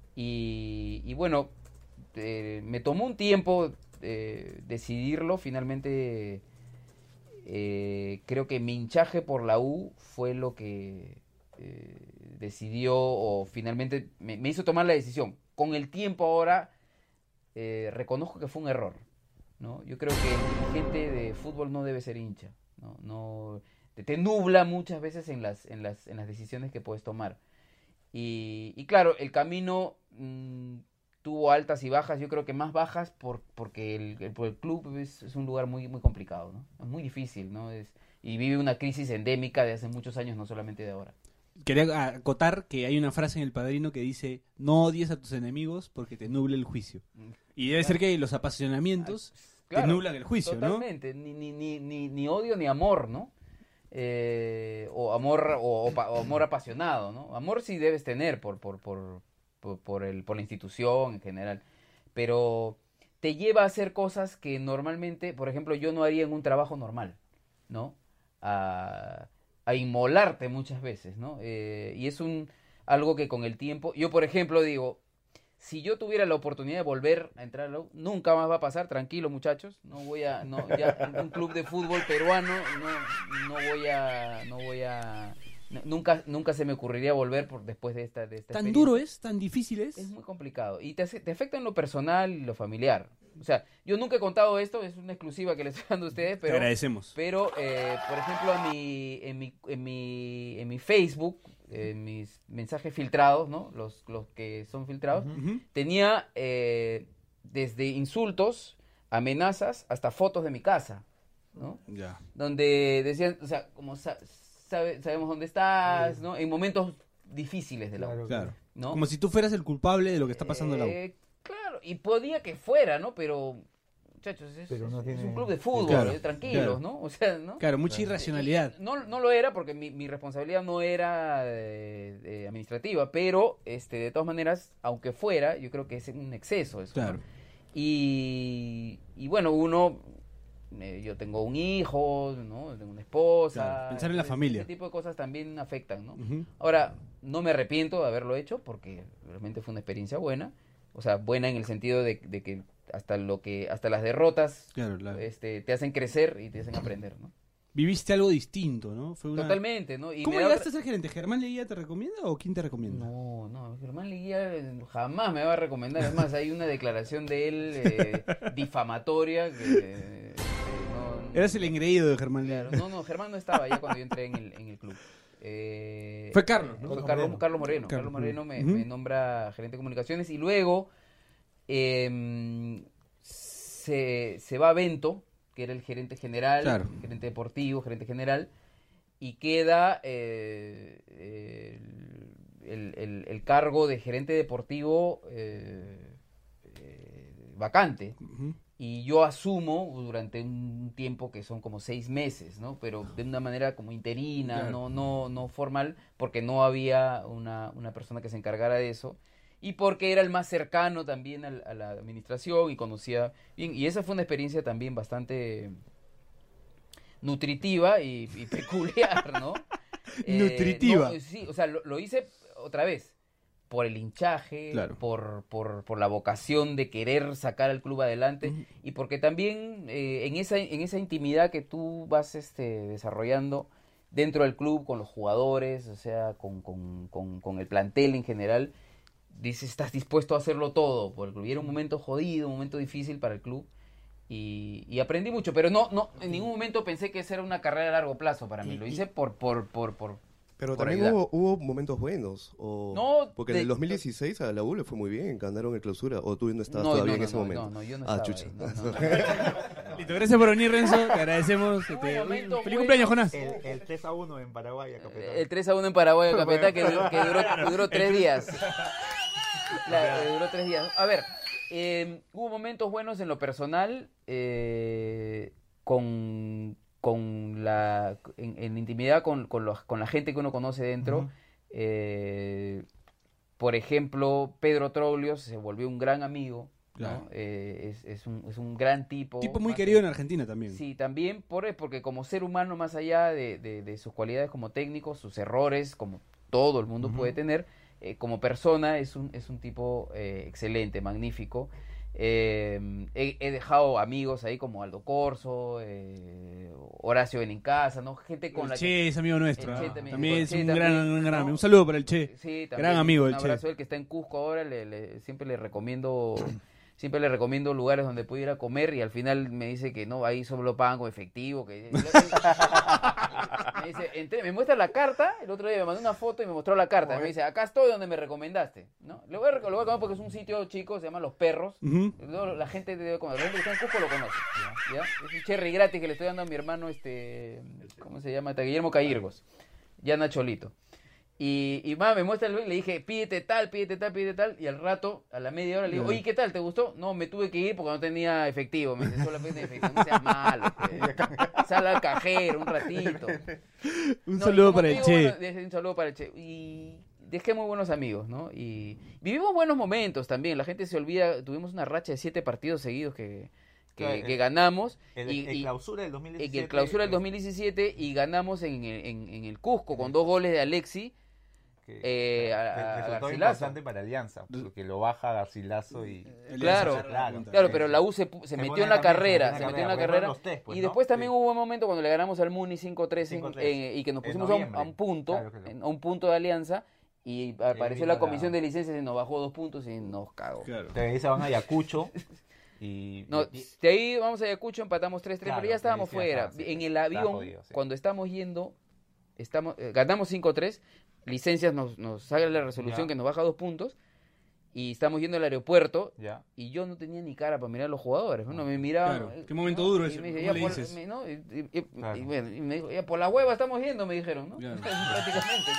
Y, y bueno, eh, me tomó un tiempo eh, decidirlo, finalmente eh, creo que mi hinchaje por la U fue lo que eh, decidió o finalmente me, me hizo tomar la decisión. Con el tiempo ahora eh, reconozco que fue un error, ¿no? Yo creo que el dirigente de fútbol no debe ser hincha, ¿no? No, te, te nubla muchas veces en las, en las, en las decisiones que puedes tomar. Y, y claro, el camino mmm, tuvo altas y bajas, yo creo que más bajas por, porque el, el, por el club es, es un lugar muy, muy complicado, ¿no? Es muy difícil, ¿no? Es, y vive una crisis endémica de hace muchos años, no solamente de ahora. Quería acotar que hay una frase en El Padrino que dice: no odies a tus enemigos porque te nuble el juicio. Y debe ser que los apasionamientos Claro, te nublan el juicio, totalmente. ¿no? Ni, ni, ni, ni, ni odio ni amor, ¿no? Eh, o amor o, o, o amor apasionado, ¿no? Amor sí debes tener por, por, por, por, por, el, por la institución en general, pero te lleva a hacer cosas que normalmente, por ejemplo, yo no haría en un trabajo normal, ¿no? A, a inmolarte muchas veces, ¿no? Eh, y es un algo que con el tiempo, yo por ejemplo digo, si yo tuviera la oportunidad de volver a entrar a la U, nunca más va a pasar, tranquilo muchachos, no voy a, no, ya en un club de fútbol peruano, no, no voy a, no voy a, no, nunca, nunca se me ocurriría volver por después de esta, de esta ¿Tan duro es? ¿Tan difícil es? Es muy complicado y te, te afecta en lo personal y lo familiar. O sea, yo nunca he contado esto, es una exclusiva que les estoy dando a ustedes, pero... Te agradecemos. Pero, eh, por ejemplo, a mi, en, mi, en, mi, en mi Facebook, en mis mensajes filtrados, ¿no? Los, los que son filtrados, Uh-huh. tenía eh, desde insultos, amenazas, hasta fotos de mi casa, ¿no? Ya. Donde decían, o sea, como sa- sabe, sabemos dónde estás, ¿no? En momentos difíciles de la U, Claro. ¿no? Como si tú fueras el culpable de lo que está pasando en la U. Eh, Claro, y podía que fuera, ¿no? Pero, muchachos, es, Pero no es- tiene- es un club de fútbol, Claro, eh, tranquilos, claro. ¿no? O sea, ¿no? Claro, mucha irracionalidad. No, no lo era porque mi, mi responsabilidad no era eh, eh, administrativa, pero este, de todas maneras, aunque fuera, yo creo que es un exceso eso. ¿no? Claro. Y, y bueno, uno, eh, yo tengo un hijo, ¿no? Tengo una esposa. Claro, pensar en la ese- familia. Ese tipo de cosas también afectan, ¿no? Ujú. Ahora, no me arrepiento de haberlo hecho porque realmente fue una experiencia buena. O sea, buena en el sentido de, de que hasta lo que hasta las derrotas Claro, la- este, te hacen crecer y te hacen aprender, ¿no? Viviste algo distinto, ¿no? Fue una... Totalmente, ¿no? Y ¿Cómo me da llegaste otra- a ser gerente? ¿Germán Leguía te recomienda o quién te recomienda? No, no, Germán Leguía eh, jamás me va a recomendar. Es más, hay una declaración de él eh, difamatoria que... eh, no, Eras el engreído de Germán Leguía. Claro, no, no, Germán no estaba ya cuando yo entré en el, en el club. Eh, Fue Carlos, ¿no? Fue Carlos Carlos, Moreno. Carlos Moreno. Carlos Carlos Moreno me, Ujú. me nombra gerente de comunicaciones y luego eh, se, se va a Bento, que era el gerente general, Claro. gerente deportivo, gerente general, y queda eh, el, el- el cargo de gerente deportivo eh, eh, vacante. Ujú. Y yo asumo durante un tiempo que son como seis meses, ¿no? Pero de una manera como interina, Claro. no, no, no formal, porque no había una, una persona que se encargara de eso. Y porque era el más cercano también al- a, la administración y conocía bien. Y esa fue una experiencia también bastante nutritiva y, y peculiar, ¿no? Eh, Nutritiva. no, sí, o sea, lo, lo hice otra vez por el hinchaje, Claro. por, por, por la vocación de querer sacar al club adelante Ujú. y porque también eh, en esa en esa intimidad que tú vas este desarrollando dentro del club con los jugadores, o sea, con, con, con, con el plantel en general, dices, estás dispuesto a hacerlo todo por el club. Y era un momento jodido, un momento difícil para el club. Y, y aprendí mucho, pero no, no, en ningún momento pensé que esa era una carrera a largo plazo para mí. Lo hice por, por, por, por, Pero por también ayudar. hubo, hubo momentos buenos. O... No, Porque de- en el dos mil dieciséis a la U le fue muy bien, ganaron el clausura. ¿O tú no estabas No, todavía no, en no, ese no, momento? no, no, yo no Ah, estaba chucha. ahí, no, no. Listo, gracias por venir, Renzo. Te agradecemos. Hubo Este, momentos feliz buenos. cumpleaños, Jonás. El, el tres a uno en Paraguay, a Capetán. El tres a uno en Paraguay, Capetá, que, duró, que duró, que duró tres días. La- que duró tres días. A ver, eh, hubo momentos buenos en lo personal, eh, con, con la en, en intimidad con, con, los, con la gente que uno conoce dentro. Ujú. Eh, por ejemplo, Pedro Troglio se volvió un gran amigo. ¿no? Claro. Eh, es, es, un, es un gran tipo. Tipo muy más querido que- en Argentina también. Sí, también por, porque como ser humano, más allá de, de- de sus cualidades como técnico, sus errores, como todo el mundo Ujú. puede tener, eh, como persona es un, es un tipo eh, excelente, magnífico. Eh, he, he dejado amigos ahí como Aldo Corso, eh, Horacio Benincasa, ¿no? Gente con El la Che que... es amigo nuestro. El ¿ah? Che también, También el es Che un también, gran, un gran ¿no? Un saludo para el Che. Sí, también, Gran amigo un el Che. abrazo a él que está en Cusco ahora, le, le- siempre le recomiendo siempre le recomiendo lugares donde pueda ir a comer y al final me dice que no, ahí solo pagan con efectivo, que me dice, entré, me muestra la carta, el otro día me mandó una foto y me mostró la carta, me dice, acá estoy donde me recomendaste, ¿no? Lo voy a, rec- lo voy a comer porque es un sitio chico, se llama Los Perros. Ujú. Luego la gente debe comer, la gente que está en Cusco lo conoce, ¿ya? Es un cherry gratis que le estoy dando a mi hermano, este, ¿cómo se llama? Guillermo Cairgos, ya Nacholito. Y, y más me muestra el link, le dije, pídete tal, pídete tal, pídete tal. Y al rato, a la media hora, le digo, oye, ¿qué tal? ¿Te gustó? No, me tuve que ir porque no tenía efectivo. Me dice, solamente efectivo. No seas malo. Sal al cajero un ratito. Un No, saludo y como para te el digo, Che. bueno, un saludo para el Che. Y dejé muy buenos amigos, ¿no? Y vivimos buenos momentos también. La gente se olvida, tuvimos una racha de siete partidos seguidos que... Que, Claro, que el- ganamos El, y, el y- clausura del dos mil diecisiete. en el clausura del dos mil diecisiete y ganamos en, el- en, en el Cusco con dos goles de Alexi que- eh, a- que a resultó Garcilaso. importante para Alianza, porque lo baja Garcilaso y... Claro, claro, claro, pero la U se, pu- se Se metió pone en la también, carrera, se se metió metió en la fueron carrera los test, pues, y ¿no? después también Sí. hubo un momento cuando le ganamos al Muni cinco tres en- cinco tres. en- y que nos En pusimos a un, noviembre. a un punto, Claro, claro. en- a un punto de Alianza y apareció vino la la- comisión de licencias y nos bajó dos puntos y nos cagó. De ahí se van a Ayacucho y... No, y- de ahí vamos a Ayacucho, empatamos tres tres, Claro, pero ya estábamos sí, ya fuera. estaba, sí, en sí, el estaba avión, jodido, sí. cuando estamos yendo, estamos eh, ganamos cinco tres, licencias nos, nos sale la resolución Ya. que nos baja dos puntos, y estamos yendo al aeropuerto, Ya. y yo no tenía ni cara para mirar a los jugadores. Bueno, me miraban. Claro, eh, qué momento ¿no? duro Y ese, me dice, ¿cómo ya le por, dices? me- ¿no? y, y- y- Claro. y bueno, y me dijo, ya por la hueva estamos yendo, me dijeron, ¿no? Claro. Prácticamente.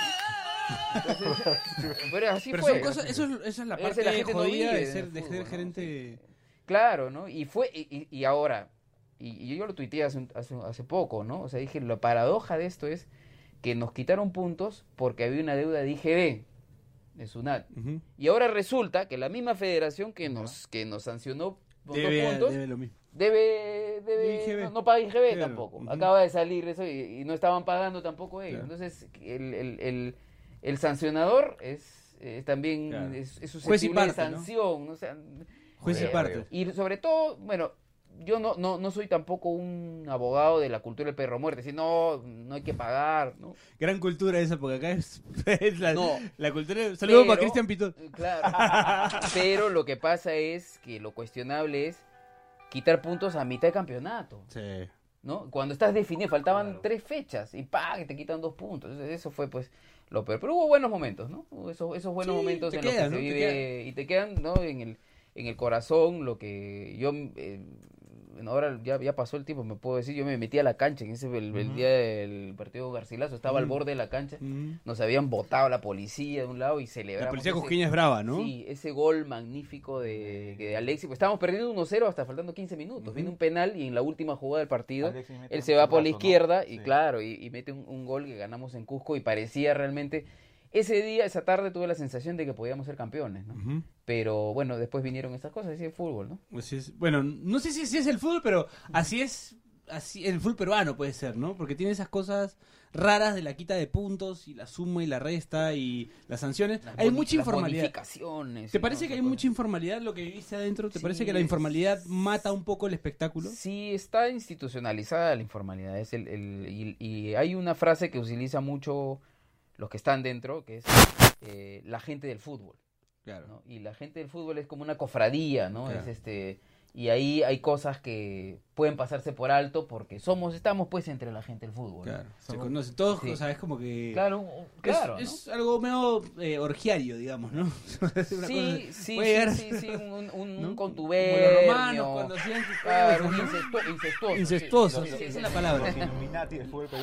Entonces, pero así Pero fue. son cosas, eso, es- esa es la Esa parte la gente no jodida vive de del ser, de fútbol, ser ¿no? gerente. Claro, ¿no? Y fue, y, y- y ahora, y, y yo lo tuiteé hace, un- hace, hace poco, ¿no? O sea, dije, la paradoja de esto es que nos quitaron puntos porque había una deuda de I G B, de SUNAT. Ujú. Y ahora resulta que la misma federación que nos, que nos sancionó por dos Debe, puntos, debe lo mismo. debe, debe I G B. no, no paga I G B Claro, tampoco. ujú. Acaba de salir eso y, y no estaban pagando tampoco ellos. Claro. Entonces, el, el, el, el sancionador es, es también Claro. es, es Juez y susceptible de parte, ¿no? sanción. O sea, Juez y eh, parte. y sobre todo, bueno, yo no, no, no soy tampoco un abogado de la cultura del perro muerte. Decir, no, no hay que pagar, ¿no? Gran cultura esa, porque acá es, es la, No. la cultura. Saludos para Pero- Cristian Pitón. Claro. Pero lo que pasa es que lo cuestionable es quitar puntos a mitad de campeonato. Sí. ¿No? Cuando estás definido, faltaban tres fechas y pa, que te quitan dos puntos. Entonces, eso fue pues lo peor. Pero hubo buenos momentos, ¿no? Hubo esos, esos buenos Sí, momentos te en quedan, los que ¿no? se Te vive y te quedan, ¿no? En el, en el corazón, lo que yo, eh, bueno, ahora ya, ya pasó el tiempo, me puedo decir, yo me metí a la cancha en ese el, el Ujú. día del partido Garcilaso, estaba al Ujú. borde de la cancha, Ujú. nos habían botado la policía de un lado y celebramos. La policía ese- cosqueña es brava, ¿no? Sí, ese gol magnífico de, de Alexis. Pues estábamos perdiendo uno cero hasta faltando quince minutos. Ujú. Viene un penal y en la última jugada del partido Alexis mete él un se va por la zurdazo, ¿no? izquierda y Sí. claro, y, y mete un, un gol que ganamos en Cusco y parecía realmente... Ese día, esa tarde tuve la sensación de que podíamos ser campeones, ¿no? Ujú. Pero bueno, después vinieron estas cosas, así el fútbol, ¿no? Así es. Bueno, no sé si así es el fútbol, pero así es, así el fútbol peruano puede ser, ¿no? Porque tiene esas cosas raras de la quita de puntos y la suma y la resta y las sanciones. Las hay boni- mucha las informalidad. bonificaciones, ¿Te ¿no? parece que hay Esas mucha informalidad lo que viviste adentro? ¿Te Sí, parece que la es- informalidad mata un poco el espectáculo? Sí, está institucionalizada la informalidad. Es el, el- y, y hay una frase que utiliza mucho los que están dentro, que es eh, la gente del fútbol. Claro. ¿no? Y la gente del fútbol es como una cofradía, ¿no? Claro. Es este y ahí hay cosas que pueden pasarse por alto porque somos estamos pues entre la gente del fútbol. ¿no? Claro, se Somos- conocen todos, sí. o sea, es como que... Claro, claro. Es, ¿no? es algo medio eh, orgiario, digamos, ¿no? Es una Sí, cosa- sí, puede sí, llegar- sí, sí, un, un, ¿no? un Como contubernio. los romanos cuando hacían sus Claro, cosas, un ¿no? incesto- incestuoso. Incestuoso, sí, sí, esa sí, es la sí. palabra. Los Illuminati del fútbol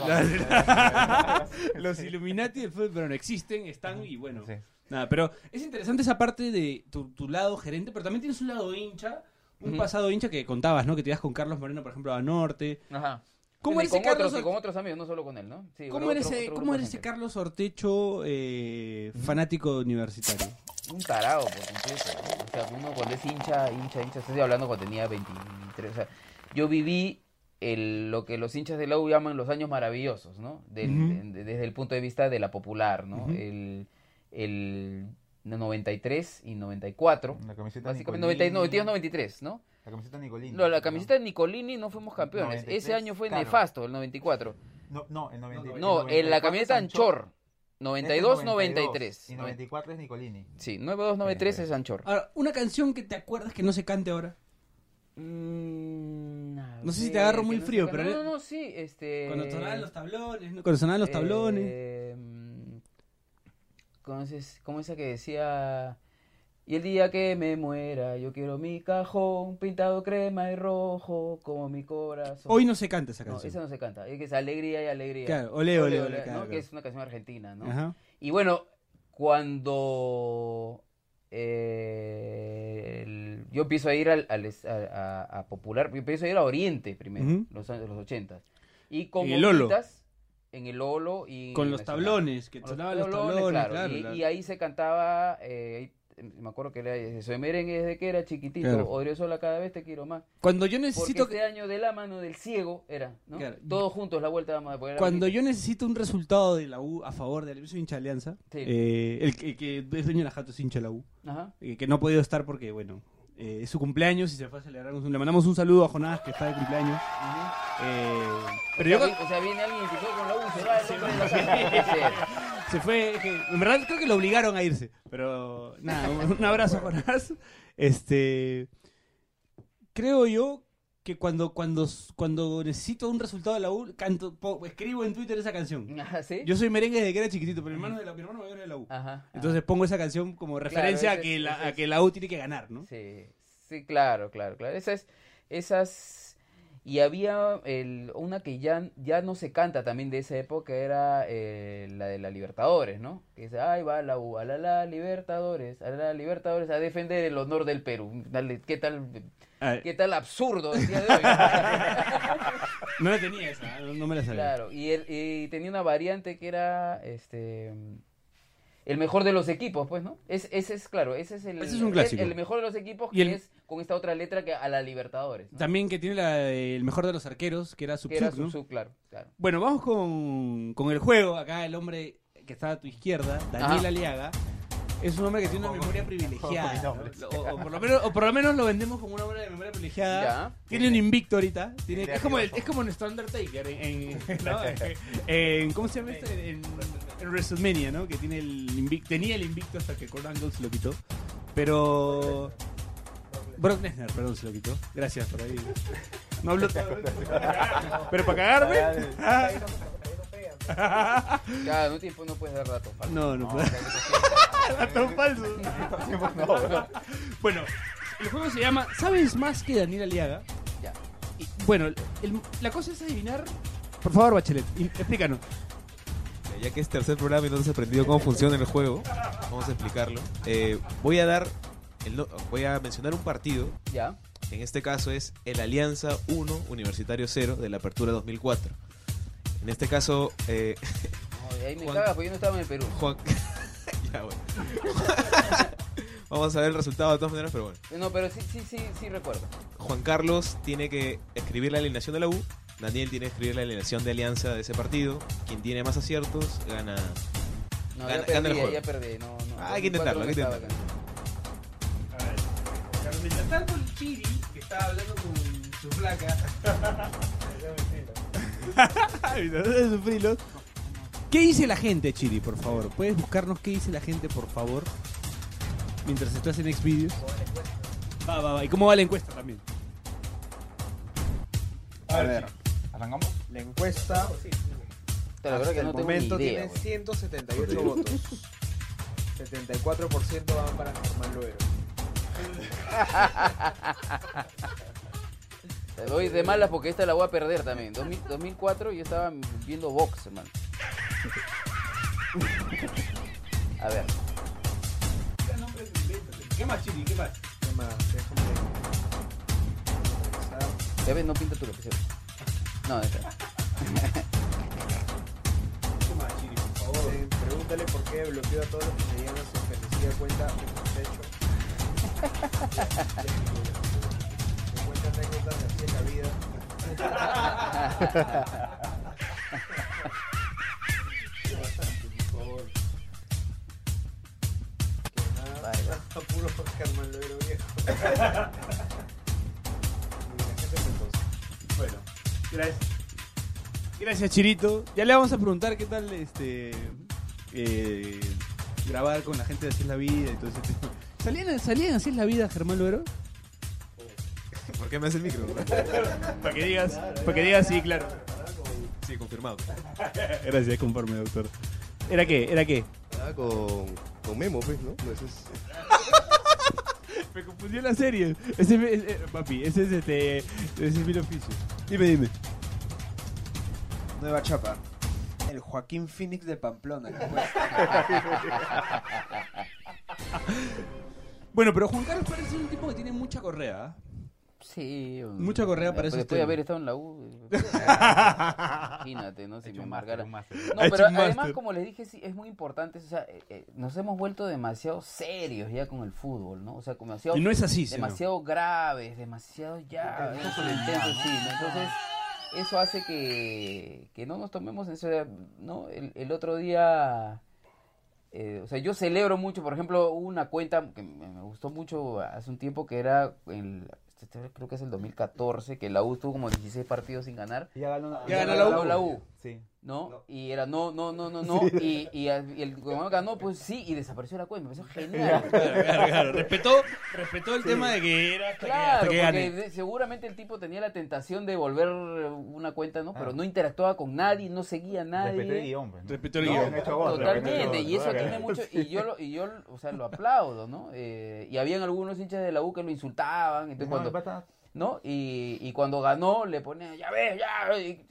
peruano. Los Illuminati del fútbol, pero no existen, están y bueno. Sí. Nada, pero es interesante esa parte de tu, tu lado gerente, pero también tienes un lado hincha, un Ujú. pasado hincha que contabas, ¿no? Que te ibas con Carlos Moreno, por ejemplo, a Norte. Ajá. ¿Cómo Y era con ese Carlos otros, y Or- con otros amigos, no solo con él, ¿no? Sí, ¿Cómo otro- era ese, otro cómo grupo era de ese gente. Carlos Ortecho eh, fanático universitario? Un tarado por completo, ¿no? O sea, uno cuando es hincha, hincha, hincha, estoy hablando cuando tenía veintitrés, o sea, yo viví el, lo que los hinchas de la U llaman los años maravillosos, ¿no? Del- Ujú. de- desde el punto de vista de la popular, ¿no? Ujú. El, el noventa y tres y noventa y cuatro, La camiseta básicamente noventa y Nicolini. noventa y dos, noventa y tres, ¿no? La camiseta Nicolini. No, la camiseta de Nicolini no fuimos campeones, noventa y tres, ese año fue claro. nefasto, el noventa y cuatro. No, no, el noventa y tres. No, en la camioneta Anchor, noventa y dos, noventa y tres. Y noventa y cuatro es Nicolini. Sí, noventa y dos, noventa y tres es Anchor. Ahora, una canción que te acuerdas que no se cante ahora. Mm, a No sé si te ver, agarro que muy no frío, sé- pero- No, no, no, sí, este... Cuando sonaban los tablones, ¿no? Cuando sonaban los tablones. Eh, mm, ¿cómo, es, ¿Cómo esa que decía... Y el día que me muera, yo quiero mi cajón pintado crema y rojo como mi corazón. Hoy no se canta esa No, canción. esa no se canta, es que es alegría y alegría. Claro, olé, olé, olé, claro, ¿no? claro. Que es una canción argentina, ¿no? Ajá. Y bueno, cuando eh, el- yo empiezo a ir al, al es- a, a- a Popular, yo empiezo a ir a Oriente primero, Ujú. los años los ochentas. Y con En el Lolo. bombitas, en el Lolo y Con en los Nacional. tablones, que Con los sonaban los tablones, tablones, claro, claro, y, claro. y ahí se cantaba, eh, ahí, eh, me acuerdo que era eso de merengue desde que era chiquitito, Claro. Odriozola cada vez te quiero más. Cuando yo Porque necesito este año de la mano del ciego era, ¿no? Claro. Todos juntos la vuelta vamos a poner. Cuando yo necesito un resultado de la U a favor de la U, soy hincha de Alianza, Sí. eh, el, que- que es dueño de la Jato es hincha de la U, Ajá. eh, que no ha podido estar porque, bueno, eh, es su cumpleaños y se fue a celebrar. un- Le mandamos un saludo a Jonás, que está de cumpleaños. Eh, pero o, yo sea, vi- o sea, viene alguien y se fue con la U, se va el hombre de la casa. se fue, que- en verdad creo que lo obligaron a irse, pero nada, un, un abrazo a Jonás. Este, creo yo que cuando, cuando, cuando necesito un resultado de la U, canto, po- escribo en Twitter esa canción. Ajá, ¿sí? Yo soy merengue desde que era chiquitito, pero mi hermano, de la, mi hermano mayor es de la U. Ajá. Entonces pongo esa canción como referencia ese a, que es- la, ese a es- que la U tiene que ganar, ¿no? Sí, sí, claro, claro, claro. Esas, esas... Y había el, una que ya, ya no se canta también de esa época, era eh, la de la Libertadores, ¿no? Que dice, ay, va la U, a la, la Libertadores, a la, la Libertadores, a defender el honor del Perú. Dale, ¿qué tal, Ah, qué tal absurdo el día de hoy? no la tenía esa, no, no me la sabía. Claro, y, él, y tenía una variante que era este el mejor de los equipos, pues, ¿no? Es, ese es, claro, ese es el, Ese es un clásico. el, el mejor de los equipos, Y que el- es con esta otra letra que a la Libertadores, ¿no? También que tiene la- el mejor de los arqueros, que era Que era Subsub, ¿no? Subsub, claro, claro. Bueno, vamos con, con el juego. Acá el hombre que está a tu izquierda, Daniel Ajá. Aliaga, es un hombre que tiene una memoria privilegiada. Con mi nombre. O, o por lo menos, o por lo menos lo vendemos como un hombre de memoria privilegiada. Ya. Tiene un invicto ahorita. Tiene, De es, como el- arriba. es como nuestro Undertaker en, en- ¿no? En- ¿cómo se llama esto? En, en WrestleMania, ¿no? Que tiene el invicto, tenía el invicto hasta que Kurt Angle se lo quitó. Pero Brock Lesnar, perdón, se lo quitó. Gracias por ahí. No hablo todo. Pero para cagarme. Ya, no, tiempo, no puedes dar datos. falsos. No, no No, puedo. Datos falsos. Bueno, el juego se llama ¿Sabes más que Daniel Aliaga? Ya. Y, bueno, el- la cosa es adivinar. Por favor, Bachelet, y- explícanos. Ya que es tercer programa y no has aprendido cómo funciona el juego, vamos a explicarlo. Eh, voy a dar, el no- voy a mencionar un partido. Ya. En este caso es el Alianza uno, Universitario cero de la Apertura dos mil cuatro. En este caso, eh, No, ahí me Juan- cagas porque yo no estaba en el Perú. Juan... ya, bueno. Vamos a ver el resultado de todas maneras, pero bueno. No, pero sí, sí, sí, sí recuerdo. Juan Carlos tiene que escribir la alineación de la U. Daniel tiene que escribir la alineación de Alianza de ese partido. Quien tiene más aciertos gana. No, Gana- ya gana el perdí, juego. ya perdí. No, no, Ah, hay que intentarlo, hay que dos mil cuatro intentarlo. no estaba acá. Mientras tanto, el Chiri, que estaba hablando con su flaca. de su frilo. ¿Qué dice la gente, Chiri, por favor? ¿Puedes buscarnos qué dice la gente, por favor? Mientras estás en Xvideos. Va, va, va. ¿Y cómo va la encuesta también? A ver, ¿arrancamos? La encuesta Te la verdad hasta que el no tengo momento ni idea, tiene güey. ciento setenta y ocho votos. setenta y cuatro por ciento van para Germán Loero. Te doy de malas porque esta la voy a perder también. dos mil, dos mil cuatro yo estaba viendo box, hermano. A ver. ¿Qué más, Chiri? ¿Qué más? ¿Qué más? Déjame revisar. Ya ves, no pinta tu lapicero. No, esta. ¿Qué más, Chiri, por favor? Eh, Pregúntale por qué bloqueó a todos los que se llegan a su felicidad cuenta de hecho. Me cuenta anécdotas de así en la vida. Por favor. Que nada, Vale. puro Germán Loero viejo. Y la gente entonces. Bueno, gracias. Gracias, Chirito. Ya le vamos a preguntar qué tal este eh, grabar con la gente de Así es la Vida y todo ese tema. ¿Salían, ¿Salían Así es la Vida, Germán Loero? ¿Por qué me hace el micro? Para que digas, para que digas sí, claro. Sí, confirmado. Gracias, conforme, doctor. ¿Era qué? ¿Era qué? Ah, con, con Memo, pues, ¿no? No, ese es... Me confundió la serie. Ese, es- eh, papi, ese es este, ese es mi oficio. Dime, dime. Nueva chapa. El Joaquín Phoenix de Pamplona. Bueno, pero Juan Carlos parece un tipo que tiene mucha correa. ¿eh? Sí. Mucha correa para eso. Después de usted. haber estado en la U. Imagínate, ¿no? Si me marcara. No, pero además, como les dije, sí, es muy importante. O sea, eh, eh, nos hemos vuelto demasiado serios ya con el fútbol, ¿no? O sea, como demasiado. Y no es así, demasiado ¿no? graves, demasiado ya. Intensos, sí, ¿no? Entonces, eso hace que, que no nos tomemos en serio, ¿no? El, el otro día. Eh, o sea, yo celebro mucho, por ejemplo, una cuenta que me, me gustó mucho hace un tiempo que era. El, creo que es el dos mil catorce, que la U estuvo como dieciséis partidos sin ganar. Ya ganó, ya ganó la U. La U. Sí. ¿No? No. Y era no, no, no, no, no. Y, y, y el gobierno ganó, pues sí, y desapareció la cuenta. Me pareció genial. Claro, claro, claro. Respetó, respetó el sí. tema de que era hasta claro, que, hasta que porque gane. Seguramente el tipo tenía la tentación de volver una cuenta, ¿no? Pero ah. no interactuaba con nadie, no seguía a nadie. Respetó el guión. ¿no? Respetó el no, guión. Totalmente, y eso tiene mucho, y yo, lo, y yo o sea, lo aplaudo, ¿no? Eh, y habían algunos hinchas de la U que lo insultaban, entonces no, cuando... ¿no? Y, y cuando ganó le ponía, ya ves, ya. Y,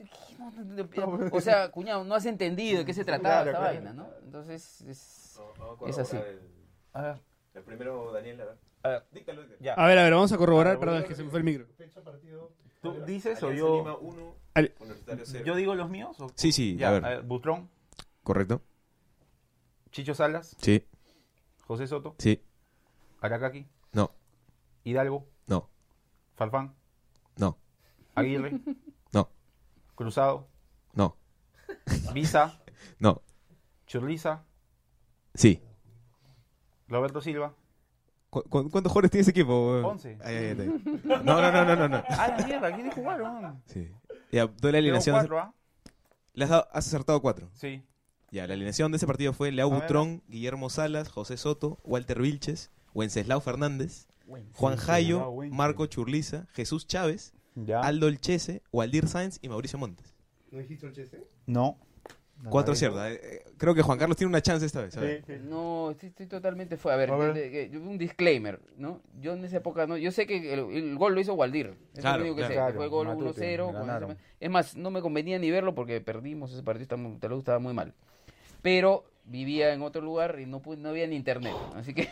o sea, cuñado, no has entendido de qué se trataba claro, esta claro. vaina, ¿no? Entonces, es, no, no es así. El, a ver. El primero, Daniel, a ver. A ver, díctalo, ya. A ver, a ver, vamos a corroborar, ah, perdón, es que se me fue el micro. Fecha, partido. ¿Tú dices o yo? Lima uno, Al... ¿Yo digo los míos? ¿O? Sí, sí, ya, a ver. A ver. Butrón. Correcto. Chicho Salas. Sí. José Soto. Sí. Aracaki. No. Hidalgo. No. Farfán. No. Aguirre. No. Cruzado. No. Visa. No. Churliza. Sí. Roberto Silva. ¿Cu cu ¿Cuántos jugadores tiene ese equipo? once. Ay, ay, ay. No, no, no, no, no, no. Ah, la mierda, ¿quiénes jugaron? Sí. Ya, doy la alineación. cuatro, ¿ah? ¿Le has, dado, has acertado cuatro? Sí. Ya, la alineación de ese partido fue Leao Butrón, Guillermo Salas, José Soto, Walter Vilches, Wenceslao Fernández, Juan Jayo, Marco Churliza, Jesús Chávez, ya. Aldo Elchese, Waldir Sáenz y Mauricio Montes. ¿No dijiste Elchese? No. no Cuatro ciertas. Eh, creo que Juan Carlos tiene una chance esta vez. Sí, sí. No, estoy, estoy totalmente fuera. A ver, a ver. De, de, de, un disclaimer, ¿no? Yo en esa época, no, yo sé que el, el gol lo hizo Waldir. Eso claro, es lo único que claro, sé. claro, Fue gol uno cero. Es más, no me convenía ni verlo porque perdimos ese partido, estaba, te lo estaba muy mal. Pero vivía en otro lugar y no, no había ni internet. Así que...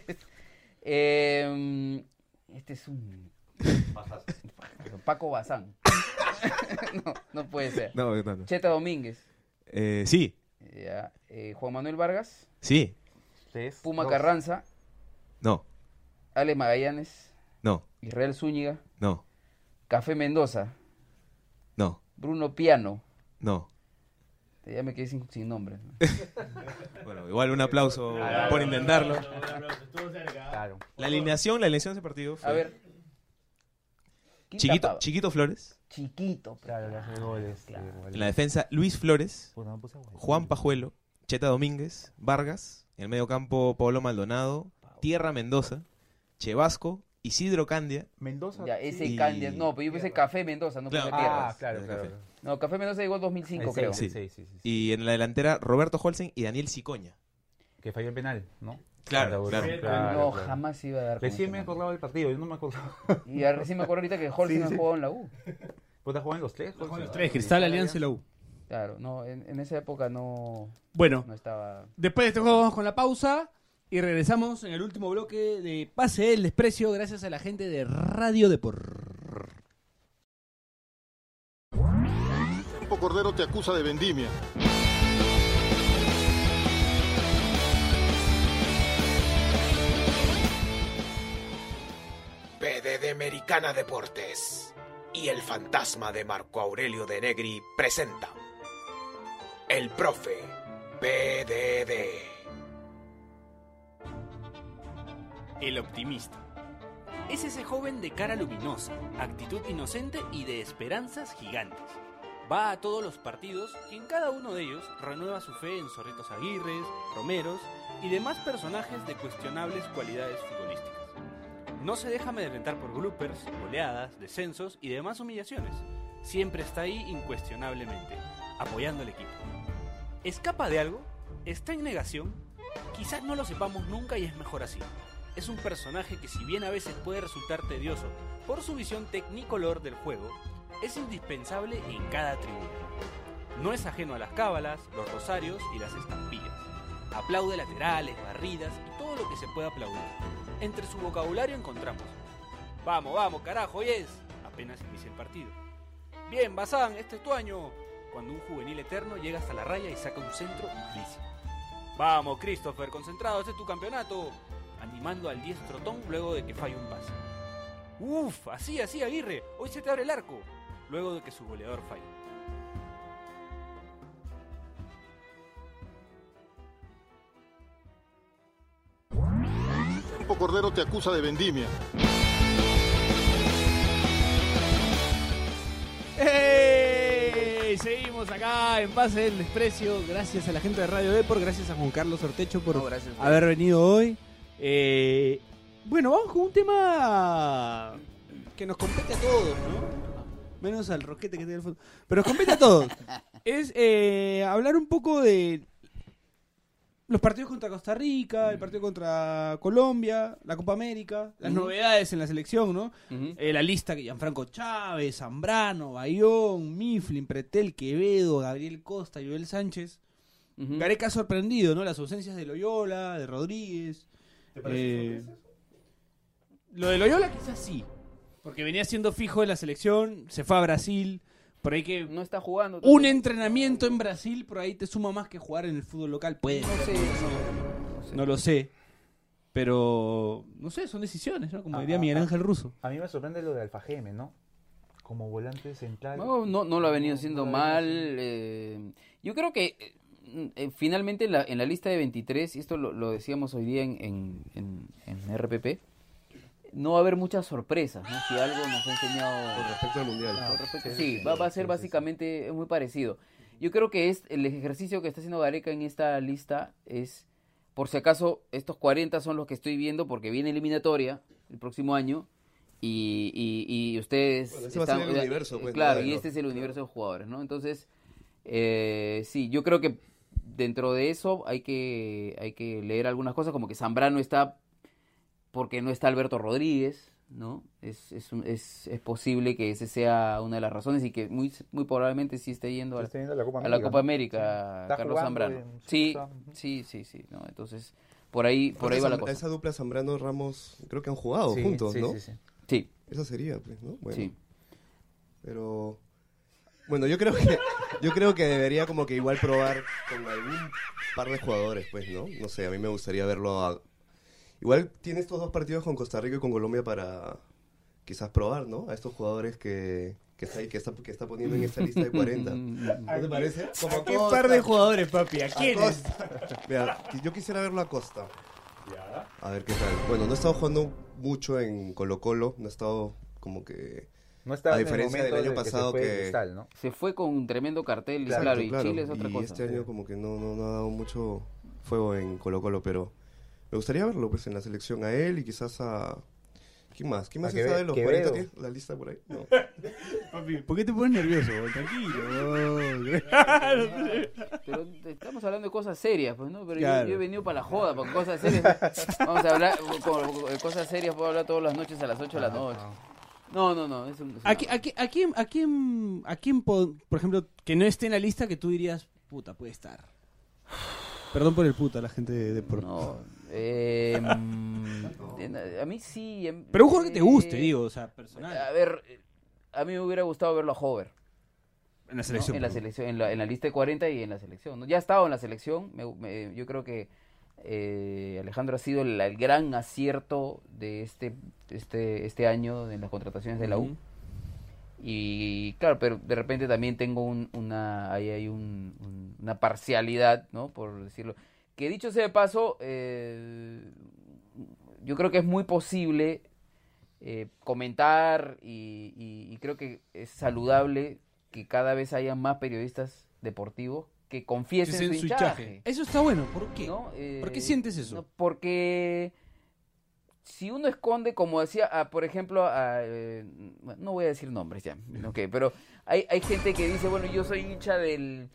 eh, este es un... Paco Bazán. no, no puede ser. No, no, no. Cheta Domínguez. Eh, sí. Ya. Eh, Juan Manuel Vargas. Sí. Tres, Puma dos. Carranza. No. Ale Magallanes. No. Israel Zúñiga. No. Café Mendoza. No. Bruno Piano. No. Ya me quedé sin, sin nombre. Bueno, igual un aplauso claro, por intentarlo. Claro. La alineación, la alineación de ese partido fue... A ver. Chiquito, Chiquito Flores. Chiquito. Claro, le hace goles. Claro. En la defensa, Luis Flores, Juan Pajuelo, Cheta Domínguez, Vargas. En el medio campo, Pablo Maldonado, Tierra Mendoza, Chevasco, Isidro Candia. Mendoza. Ya, ese y... Candia. No, pero yo pensé Café Mendoza, no claro. pensé Tierra. Ah, claro, claro. Café. No, Café Mendoza llegó en dos mil cinco, creo. Sí. Sí, sí, sí, sí. Y en la delantera, Roberto Holsen y Daniel Cicoña. Que falló el penal, ¿no? Claro, claro. claro, claro no, claro. jamás iba a dar. Recién me acordaba del partido, yo no me acordaba. Y recién me acuerdo ahorita que Holsen sí, sí. ha jugado en la U. ¿Vos has jugado en los tres? Jugado en los tres, Cristal, Alianza y la U. Claro, no, en, en esa época no. Bueno, no estaba. Después de este juego vamos con la pausa y regresamos en el último bloque de Pase el Desprecio gracias a la gente de Radio Depor. Campo Cordero te acusa de vendimia. P D de Americana Deportes y el fantasma de Marco Aurelio de Negri presenta El Profe P D D. El optimista. Es ese joven de cara luminosa, actitud inocente y de esperanzas gigantes. Va a todos los partidos y en cada uno de ellos renueva su fe en Zorritos Aguirres, Romeros y demás personajes de cuestionables cualidades futbolísticas. No se deja amedrentar por bloopers, goleadas, descensos y demás humillaciones. Siempre está ahí incuestionablemente, apoyando al equipo. ¿Escapa de algo? ¿Está en negación? Quizás no lo sepamos nunca y es mejor así. Es un personaje que, si bien a veces puede resultar tedioso por su visión tecnicolor del juego, es indispensable en cada tribuna. No es ajeno a las cábalas, los rosarios y las estampillas. Aplaude laterales, barridas y todo lo que se pueda aplaudir. Entre su vocabulario encontramos: vamos, vamos, carajo, yes, apenas inicia el partido. Bien, Bazán, este es tu año. Cuando un juvenil eterno llega hasta la raya y saca un centro malísimo. Vamos, Christopher, concentrado, este es tu campeonato. Animando al diestro Tom luego de que falle un pase. Uf, así, así, Aguirre, hoy se te abre el arco. Luego de que su goleador falle. Campo Cordero te acusa de vendimia. ¡Hey! Seguimos acá en Pase del Desprecio. Gracias a la gente de Radio Depor, gracias a Juan Carlos Ortecho por No, gracias, haber venido hoy. Eh, bueno, vamos con un tema que nos compete a todos, ¿no? Menos al Roquete que tiene el fondo. Pero nos compete a todos. Es eh, hablar un poco de los partidos contra Costa Rica, el partido contra Colombia, la Copa América, las Uh-huh. novedades en la selección, ¿no? Uh-huh. Eh, la lista que Gianfranco Chávez, Zambrano, Bayón, Mifflin, Pretel, Quevedo, Gabriel Costa, Joel Sánchez. Uh-huh. Gareca ha sorprendido, ¿no? Las ausencias de Loyola, de Rodríguez. ¿Te parece Eh, lo de Loyola quizás sí, porque venía siendo fijo en la selección, se fue a Brasil, por ahí que No está jugando. un entrenamiento en Brasil por ahí te suma más que jugar en el fútbol local, puede No ser, sé, no, no, no sé. no lo sé, pero no sé, son decisiones, ¿no? Como Ah, diría ah, Miguel ah. Ángel Russo. A mí me sorprende lo de Alfajeme, ¿no? Como volante central. No, no, no lo ha venido haciendo no lo ha mal. venido haciendo. eh, yo creo que eh, eh, finalmente en la, en la lista de veintitrés, y esto lo, lo decíamos hoy día en, en, en, en R P P, no va a haber muchas sorpresas, ¿no? Si algo nos ha enseñado... Con respecto al Mundial. Con respecto- Sí, sí, va, va a ser sí, sí, básicamente muy parecido. Yo creo que es el ejercicio que está haciendo Gareca en esta lista es, por si acaso, estos cuarenta son los que estoy viendo porque viene eliminatoria el próximo año y, y, y ustedes... Bueno, ese va a ser el universo, pues, claro, ¿no? y este es el universo de jugadores, ¿no? Entonces, eh, sí, yo creo que dentro de eso hay que, hay que leer algunas cosas, como que Zambrano está porque no está Alberto Rodríguez, ¿no? Es, es, un- es, es posible que ese sea una de las razones y que muy, muy probablemente sí esté yendo a, Está yendo a la Copa a la América, Copa ¿no? América, Sí. Está Carlos jugando Zambrano. en- Sí, está- sí, sí, sí, ¿no? Entonces, por ahí, por ahí va la Esa- cosa. Esa dupla Zambrano-Ramos creo que han jugado Sí, juntos, sí, ¿no? sí, sí. Sí, Esa sería, pues, ¿no? Bueno, sí. pero... Bueno, yo creo que yo creo que debería como que igual probar con algún par de jugadores, pues, ¿no? No sé, a mí me gustaría verlo a... Igual tiene estos dos partidos con Costa Rica y con Colombia para quizás probar, ¿no? A estos jugadores que, que, está, ahí- que, está, que está poniendo en esta lista de cuarenta. ¿No te parece? Como ¿Qué Costa, par de jugadores, papi? ¿A a quiénes? Costa. Mira, qui- yo quisiera verlo a Costa. A ver qué tal. Bueno, no he estado jugando mucho en Colo Colo, no he estado como que... No está A en el diferencia del momento año de que se pasado fue que- Cristal, ¿no? Se fue con un tremendo cartel, y Claro, claro, y claro. Chile es otra Y cosa. este año como que no, no, no ha dado mucho fuego en Colo Colo, pero me gustaría verlo pues en la selección a él y quizás a... ¿Quién más? ¿Quién más A está Queve- de los Quevedo. cuarenta? ¿Tienes la lista por ahí? No. Papi, ¿por qué te pones nervioso? Tranquilo. Pero estamos hablando de cosas serias, pues, ¿no? Pero yo- Claro. yo, he venido para la joda, por cosas serias. Vamos a hablar, con, de cosas serias puedo hablar todas las noches a las ocho de la noche. No, no, no. Es un, es ¿A, qui- a, qui- a quién, a quién, a quién po- por ejemplo, que no esté en la lista que tú dirías, puta, puede estar? Perdón por el puta, la gente de, de por... No, eh, mm, a mí sí. em- Pero un jugador que te guste, eh, digo, o sea, personal. A ver, eh, a mí me hubiera gustado verlo a Hover. En la ¿no? selección. En la por ejemplo. selección, en la, en la lista de cuarenta y en la selección, ¿no? Ya ha estado en la selección. me- me- yo creo que eh, Alejandro ha sido el, el gran acierto de este, este, este año en las contrataciones de la U. Ujú. Y claro, pero de repente también tengo un, una, ahí hay un, un- una parcialidad, ¿no? Por decirlo. Que dicho sea de paso, eh, yo creo que es muy posible eh, comentar y, y- y creo que es saludable que cada vez haya más periodistas deportivos que confiesen Dicen su su hinchaje. hinchaje. Eso está bueno, ¿por qué? ¿no? ¿Por qué Eh, sientes eso? no, porque si uno esconde, como decía, a, por ejemplo, a, eh, no voy a decir nombres ya, ok, pero hay, hay gente que dice, bueno, yo soy hincha del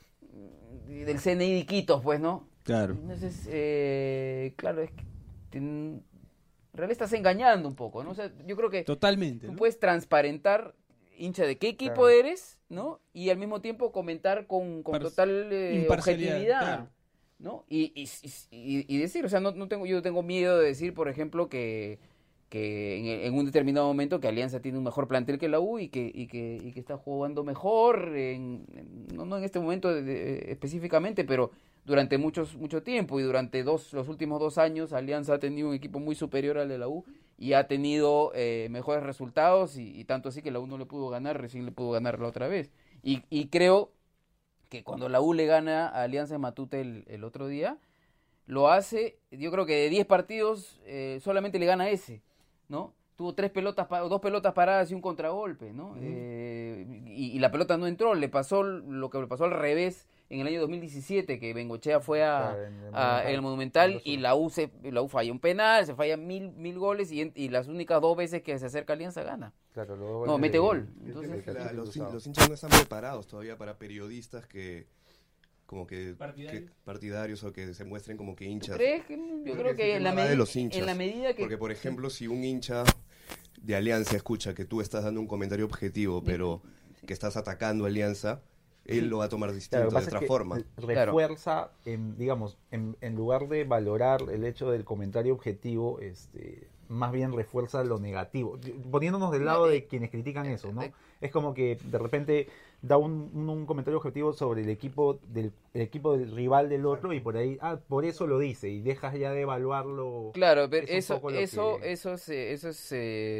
del C N I de Iquitos, pues, ¿no? Claro. Entonces, eh, claro, es que te- en realidad estás engañando un poco, ¿no? O sea, yo creo que Totalmente, tú ¿no? puedes transparentar hincha de qué equipo Claro. eres, ¿no? Y al mismo tiempo comentar con, con Par- total eh, imparcialidad, objetividad, claro. ¿no? Y, y, y, y decir, o sea, no, no tengo, yo no tengo miedo de decir, por ejemplo, que, que en, en un determinado momento que Alianza tiene un mejor plantel que la U y que, y que, y que está jugando mejor, en, en- no, no en este momento de- de- específicamente, pero durante muchos mucho tiempo y durante dos los últimos dos años Alianza ha tenido un equipo muy superior al de la U y ha tenido eh, mejores resultados y, y tanto así que la U no le pudo ganar, recién le pudo ganar la otra vez. Y, y creo que cuando la U le gana a Alianza en Matute el, el otro día, lo hace, yo creo que de diez partidos eh, solamente le gana ese, ¿no? Tuvo tres pelotas, pa- dos pelotas paradas y un contragolpe, ¿no? Ujú. Eh, y, y la pelota no entró, le pasó lo que le pasó al revés en el año dos mil diecisiete, que Bengochea fue a, Claro, en el a- Monumental. en el Monumental y la U, se, la U falla un penal, se falla mil, mil goles y, en- y las únicas dos veces que se acerca Alianza gana. Claro, los dos No, goles mete de- gol. de- Entonces, de- Es que la- Castillo los, Cruzado. los hinchas no están preparados todavía para periodistas que como que Partidarios. que- partidarios o que se muestren como que hinchas. ¿Crees que- yo creo que sí en la va de medi- los hinchas. en la medida que- Porque por ejemplo, si un hincha de Alianza escucha que tú estás dando un comentario objetivo, pero que estás atacando a Alianza, él lo va a tomar distinto, Claro, lo que de pasa otra es que forma. refuerza, en, digamos, en, en lugar de valorar el hecho del comentario objetivo, este, más bien refuerza lo negativo. Poniéndonos del lado de quienes critican eso, ¿no? Es como que de repente da un, un, un comentario objetivo sobre el equipo del el equipo del rival del otro y por ahí, ah, por eso lo dice y dejas ya de evaluarlo. Claro, pero Es un eso, poco lo eso, que- eso es, eh, eso es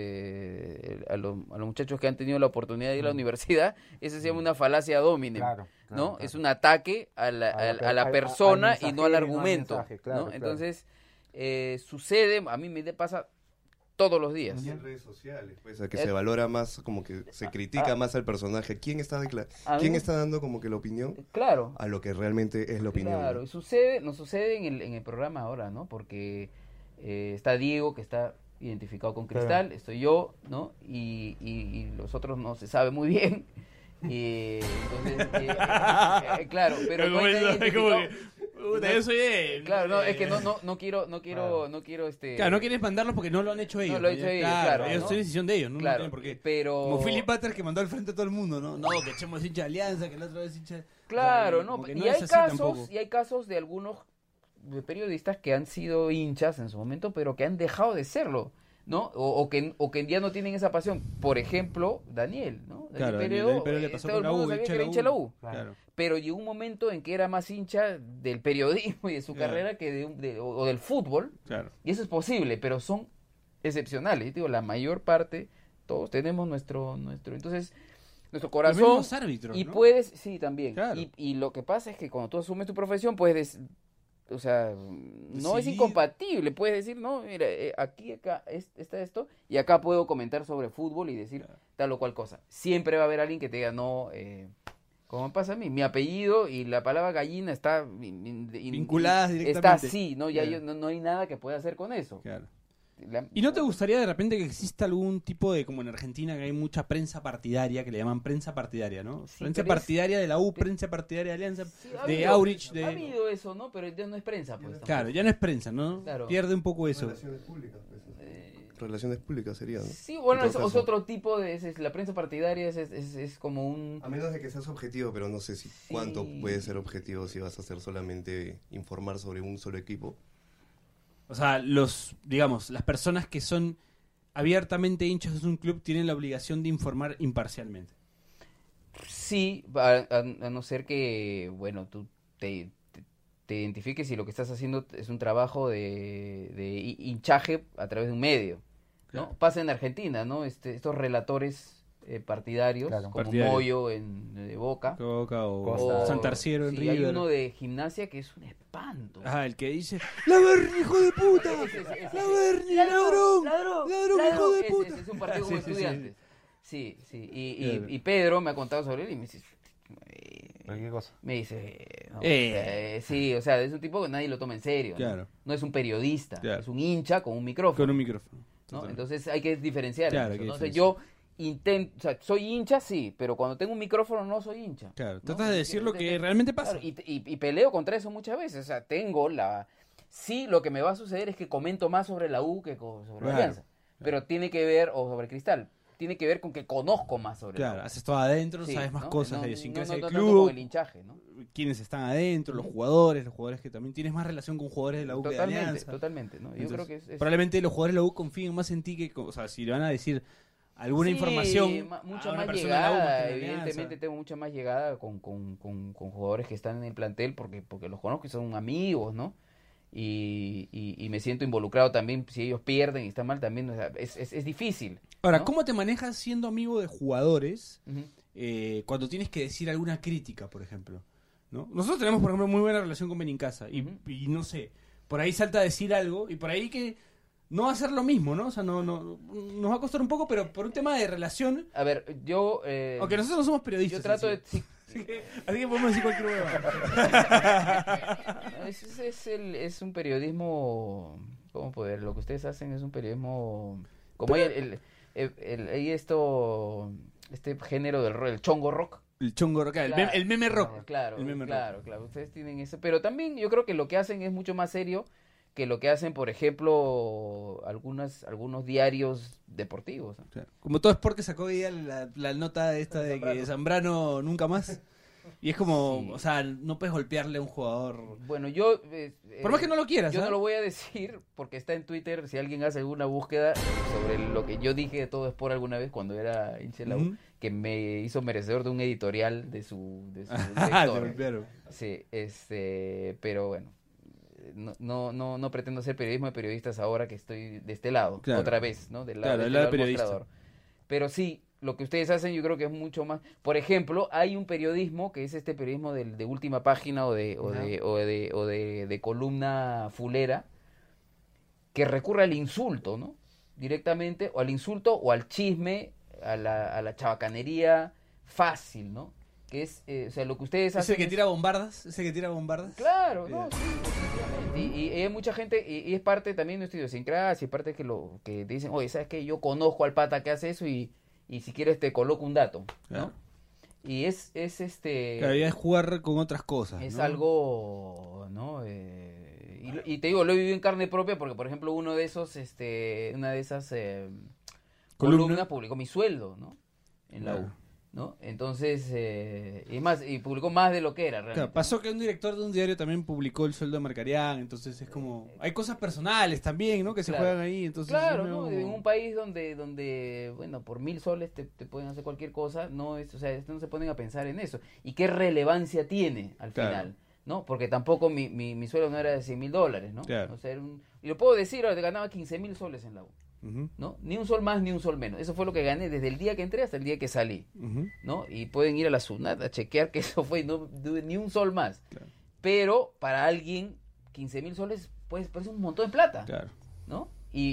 eh, a, los, a los muchachos que han tenido la oportunidad de ir a la Mm. universidad, eso se llama una falacia dominem, Claro, claro, ¿no? claro. Es un ataque a la, A la a- per- a la al- al persona y no al mensajero y no al argumento, mensaje, claro, ¿no? claro. Entonces, eh, sucede, a mí me de- pasa todos los días. Y en redes sociales, pues, a que Eh, se valora más, como que se critica ah. más al personaje. ¿Quién está decla- A ¿Quién mí- está dando como que la opinión? Claro. A lo que realmente es la opinión. Claro, y sucede, nos sucede en el, en el programa ahora, ¿no? Porque eh, está Diego, que está identificado con Claro. Cristal, estoy yo, ¿no? Y, y, y los otros no se sabe muy bien. Y entonces, eh, eh, eh, claro, pero no hay nadie Es como identificado. que, puta, yo soy él. Claro, no, es que no, no, no quiero, no quiero, no quiero este. Claro, no quieres mandarlos porque no lo han hecho ellos. No lo han ¿no? hecho ellos, claro. claro, Ellos ¿no? son decisión de ellos, ¿no? No Claro, tienen por qué. pero- Como Philip Butter que mandó al frente a todo el mundo, ¿no? No, que echemos hincha de Alianza, que el otro vez hincha. Claro, O sea, no, como que y no es hay así casos, tampoco. y hay casos de algunos de periodistas que han sido hinchas en su momento, pero que han dejado de serlo, ¿no? O, o que o que ya no tienen esa pasión. Por ejemplo, Daniel, ¿no? Daniel Claro, Daniel- Peredo, Daniel Peredo le eh, pasó todo con el la mundo U, sabía hincha que de era la hincha de la U. U. Claro. Pero llegó un momento en que era más hincha del periodismo y de su Claro. carrera que de, un- de- o, o del fútbol. Claro. Y eso es posible, pero son excepcionales. Digo, la mayor parte, todos tenemos nuestro, nuestro, entonces, nuestro corazón. Los mismos árbitros, y ¿no? puedes, sí, también. Claro. Y, y lo que pasa es que cuando tú asumes tu profesión, puedes, des- o sea, no es Decidir. incompatible. Puedes decir, no, mira, eh, aquí acá es- está esto, y acá puedo comentar sobre fútbol y decir tal o cual cosa. Siempre va a haber alguien que te diga, no, eh, como pasa a mí, mi apellido y la palabra gallina está in- in- in- Vinculadas Está directamente. así, ¿no? Ya Claro. yo- no, no hay nada que pueda hacer con eso. Claro. La- ¿Y no te gustaría de repente que exista algún tipo de, como en Argentina, que hay mucha prensa partidaria, que le llaman prensa partidaria, ¿no? Sí, prensa pero es- partidaria de la U, prensa partidaria de Alianza, ha de habido- Aurich, Ha de... habido eso, ¿no? Pero ya no es prensa, pues. Claro, ya no es prensa, ¿no? Claro. Pierde un poco eso. Relaciones públicas, pues. Relaciones públicas sería, ¿no? Sí, bueno, En es, todo es caso. otro tipo de... Es, es- la prensa partidaria es, es, es- es como un... A menos de que seas objetivo, pero no sé si cuánto puede ser objetivo si vas a hacer solamente informar sobre un solo equipo. O sea, los, digamos, las personas que son abiertamente hinchas de un club tienen la obligación de informar imparcialmente. Sí, a, a- a no ser que, bueno, tú te, te, te identifiques si lo que estás haciendo es un trabajo de, de hi- hinchaje a través de un medio, ¿no? Claro. Pasa en Argentina, ¿no? Este, estos relatores eh, partidarios, Claro. como Partidarios. Moyo en, de Boca. Boca o o- Santarciero en sí, hay River. uno de Gimnasia que es un espanto. Ah, el que dice, ¡La Berni, hijo de puta! ¡La Berni, ladrón! ¡Ladrón! ¡Ladrón, hijo de Ese- puta! ese es un partido Ah, como sí, sí, sí. estudiantes. Sí, sí. Y, y, Claro. y Pedro me ha contado sobre él y me dice... ¿Qué cosa? Me dice... no, Eh. eh, sí, o sea, es un tipo que nadie lo toma en serio. ¿no? Claro. No es un periodista, Claro. es un hincha con un micrófono. Con un micrófono. ¿no? Totalmente. Entonces hay que diferenciar. Claro, eso, hay que ¿no? Entonces diferenciar. yo intento... O sea, soy hincha, sí, pero cuando tengo un micrófono no soy hincha. Claro, ¿no? tratas de decir lo De- que de- realmente pasa. claro, y, y- y peleo contra eso muchas veces. O sea, tengo la... Sí, lo que me va a suceder es que comento más sobre la U que co- sobre Claro, Alianza. Pero tiene que ver, o sobre Cristal, tiene que ver con que conozco más sobre Claro, la U. has estado adentro, Sí, sabes más ¿no? cosas No, de no, idiosincrasia no, no del tanto club. con el hinchaje, ¿no? Quienes están adentro, los jugadores, los jugadores que también tienes más relación con jugadores de la U que de Totalmente, Alianza. totalmente, ¿no? Yo Entonces, creo que es- es- probablemente los jugadores de la U confíen más en ti que, o sea, si le van a decir alguna Sí, información, ma- mucha a una más persona de la U más que llegada, de Alianza. evidentemente tengo mucha más llegada con, con, con, con jugadores que están en el plantel porque, porque los conozco y son amigos, ¿no? Y, y, y me siento involucrado también si ellos pierden y están mal también, o sea, es, es, es difícil. Ahora, ¿no? ¿cómo te manejas siendo amigo de jugadores Ujú. eh, cuando tienes que decir alguna crítica, por ejemplo? ¿No? Nosotros tenemos, por ejemplo, muy buena relación con Benincasa y, y no sé, por ahí salta a decir algo y por ahí que no va a ser lo mismo, ¿no? O sea, no, no, nos va a costar un poco, pero por un tema de relación. A ver, yo... Eh, Aunque nosotros no somos periodistas. Yo trato en sí. de... sí. Así que, así que podemos decir cualquier hueva. No, es, es, es el, es un periodismo... ¿Cómo poder? Lo que ustedes hacen es un periodismo... Como hay el, el, el- el- hay esto... Este género del ro- el chongo rock. El chongo rock, el, meme, el meme rock. Claro, El meme claro, rock. claro. Ustedes tienen eso. Pero también yo creo que lo que hacen es mucho más serio que lo que hacen, por ejemplo, algunas, algunos diarios deportivos, ¿no? Claro. Como todo Sport que sacó hoy día la, la nota esta de que Zambrano nunca más. Y es como, Sí. o sea, no puedes golpearle a un jugador. Bueno, yo... eh, Por más que no lo quieras, Yo ¿ah? no lo voy a decir porque está en Twitter. Si alguien hace alguna búsqueda sobre lo que yo dije de Todo Sport alguna vez cuando era hincha de la U, Ujú. que me hizo merecedor de un editorial de su, de su Ah, te director. golpearon. Sí, este, pero bueno, no, no, no, no pretendo ser periodismo de periodistas ahora que estoy de este lado, Claro. otra vez, ¿no? Del lado, Claro, de del este lado lado del periodista. mostrador. Pero sí, lo que ustedes hacen yo creo que es mucho más. Por ejemplo, hay un periodismo que es este periodismo del- de, última página o de, o de, o de, o de, de columna fulera que recurre al insulto, ¿no? Directamente, o al insulto o al chisme, a la, a la chabacanería fácil, ¿no? Que es, eh, o sea, lo que ustedes ¿Es hacen el que es- tira bombardas? ¿Es el que tira bombardas? Claro, no, sí, definitivamente. Y, y hay mucha gente, y, y es parte también de nuestra idiosincrasia, y parte que lo que te dicen, oye, ¿sabes qué? Yo conozco al pata que hace eso y, y si quieres te coloco un dato, ¿no? Claro. Y es, es este... Claro, ya es jugar con otras cosas. Es ¿no? algo, ¿no? Eh, y, lo- y te digo, lo he vivido en carne propia porque, por ejemplo, uno de esos, este, una de esas eh, Columna. columnas publicó mi sueldo, ¿no? En la Claro. U, ¿no? Entonces, eh, y más, y publicó más de lo que era, realmente. Claro, pasó que un director de un diario también publicó el sueldo de Marcarián, entonces es como... Hay cosas personales también, ¿no? Que se Claro. juegan ahí, entonces... Claro, es medio ¿no? como- En un país donde, donde bueno, por mil soles te, te pueden hacer cualquier cosa, no es, o sea, no se ponen a pensar en eso. ¿Y qué relevancia tiene al Claro. final? ¿No? Porque tampoco mi, mi, mi sueldo no era de cien mil dólares, ¿no? Claro. O sea, era un- y lo puedo decir, ahora ganaba quince mil soles en la U, Ujú, ¿no? Ni un sol más, ni un sol menos. Eso fue lo que gané desde el día que entré hasta el día que salí, ujú. ¿no? Y pueden ir a la SUNAT a chequear que eso fue, no tuve ni un sol más. Claro. Pero para alguien, quince mil soles, pues, parece un montón de plata, Claro. ¿no?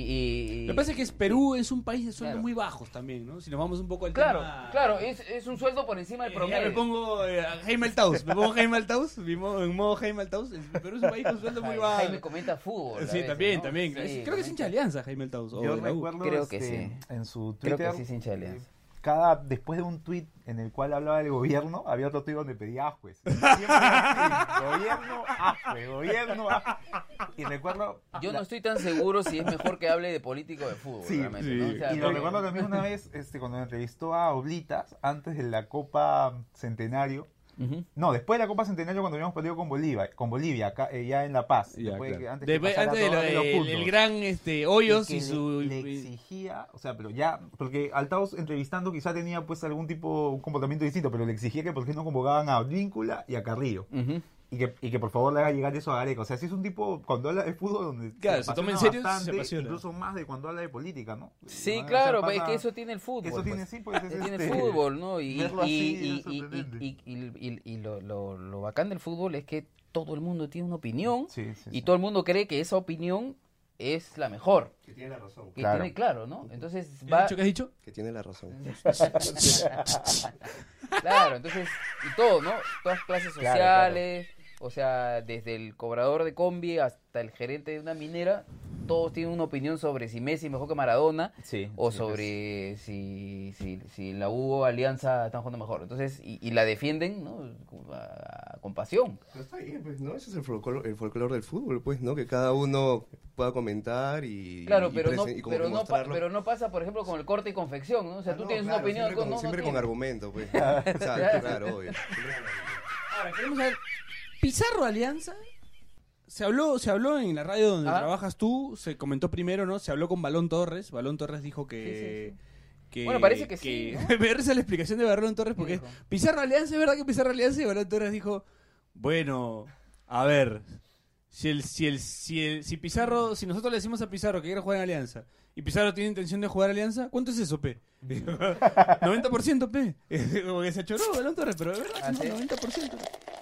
Y, y- Lo que pasa es que es Perú es un país de sueldos Claro. muy bajos también, ¿no? Si nos vamos un poco al Claro, tema... claro, es, es un sueldo por encima del Eh, promedio. ya me pongo eh, a Jaime Altaus, me pongo Jaime Altaus, mi modo- en modo Jaime Altaus, el Perú es un país con sueldo muy Jaime- bajo. Jaime comenta fútbol. a Sí, veces, también, ¿no? también. Sí, Es- creo que es comenta. hincha de Alianza Jaime Altaus. o Yo de la U. recuerdo Creo que este, sí. en su Creo Twitter, que sí es hincha de Alianza. cada, después de un tweet en el cual hablaba del gobierno, había otro tweet donde pedía ajuez. Y siempre era así, gobierno, ajuez, gobierno, ajuez. Y recuerdo... Yo la- no estoy tan seguro si es mejor que hable de político o de fútbol, Sí, realmente, sí. ¿no? O sea, y lo porque- recuerdo también una vez este, cuando me entrevistó a Oblitas antes de la Copa Centenario. Ujú. No, después de la Copa Centenario cuando habíamos perdido con Bolivia, con Bolivia acá, eh, ya en La Paz. Ya, después de claro. que- antes que Después- pasara antes de todo lo de los de- puntos. el gran este, Hoyos que y le- su... le exigía, o sea, pero ya, porque Altaos entrevistando quizá tenía pues algún tipo, un comportamiento distinto, pero le exigía que por qué no convocaban a Advíncula y a Carrillo. Ujú. Y que, y que por favor le haga llegar eso a Gareca. O sea, si es un tipo, cuando habla de fútbol, donde Claro, se toma en apasiona serio, se bastante, apasiona. incluso más de cuando habla de política, ¿no? Sí, O claro, sea, es pasa- que eso tiene el fútbol. Eso pues. tiene, sí, pues, es Tiene este, el fútbol, ¿no? Y, verlo y, así y, es y, sorprendente. y, y, y- y lo, lo, lo bacán del fútbol es que todo el mundo tiene una opinión Sí, sí, y sí. todo el mundo cree que esa opinión es la mejor. Que tiene la razón. Que Claro. tiene claro, ¿no? Entonces ¿Qué va... has dicho? ¿Qué has dicho? Que tiene la razón. Claro, entonces, y todo, ¿no? Todas clases Claro, sociales, O sea, desde el cobrador de combi hasta el gerente de una minera, todos tienen una opinión sobre si Messi es mejor que Maradona sí, o sí, sobre si, si, si la U o Alianza están jugando mejor. Entonces, y, y la defienden, ¿no? A- con pasión. Pero está bien, pues, ¿no? Ese es el folclore, el folclore del fútbol, pues, ¿no? Que cada uno pueda comentar y Claro, y pero, no, presen- y como pero, que no pa- mostrarlo. pero no pasa, por ejemplo, con el corte y confección, ¿no? O sea, Ah, tú no, tienes claro, una opinión... siempre con, no, no siempre con tienes. argumento, pues. O sea, claro, obvio. Ahora, queremos saber, Pizarro Alianza, se habló, se habló en la radio donde Ah. trabajas tú, se comentó primero, ¿no? Se habló con Balón Torres, Balón Torres dijo que... Sí, sí, que- Bueno, parece que sí, ¿no? Me reza la explicación de Balón Torres porque dijo? Pizarro Alianza, ¿es verdad que Pizarro Alianza? Y Balón Torres dijo, bueno, a ver, si el, si el, si el, si Pizarro, si nosotros le decimos a Pizarro que quiere jugar en Alianza y Pizarro tiene intención de jugar Alianza, ¿cuánto es eso, P? noventa por ciento, P. Como que se achoró Balón Torres, pero es verdad, Ah, no, ¿sí? noventa por ciento.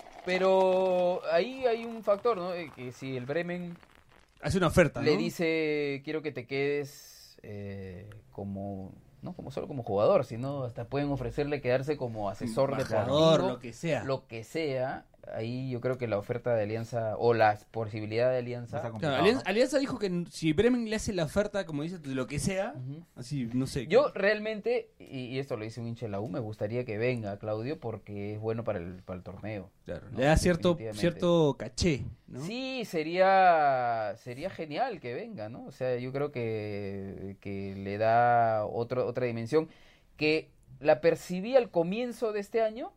Pero ahí hay un factor, ¿no? Eh, Que si el Bremen Hace una oferta, le ¿no? dice, quiero que te quedes eh, como... No como solo como jugador, sino hasta pueden ofrecerle quedarse como asesor Embajador, deportivo. lo que sea. Lo que sea. Ahí yo creo que la oferta de Alianza, o la posibilidad de Alianza... Claro, Alianza, Alianza dijo que si Bremen le hace la oferta, como dices, de lo que sea, así, no sé. Yo realmente, y, y esto lo dice un hincha de la U, me gustaría que venga Claudio porque es bueno para el, para el torneo. Claro, ¿no? le da cierto, Definitivamente. cierto caché, ¿no? Sí, sería sería genial que venga, ¿no? O sea, yo creo que, que le da otro, otra dimensión que la percibí al comienzo de este año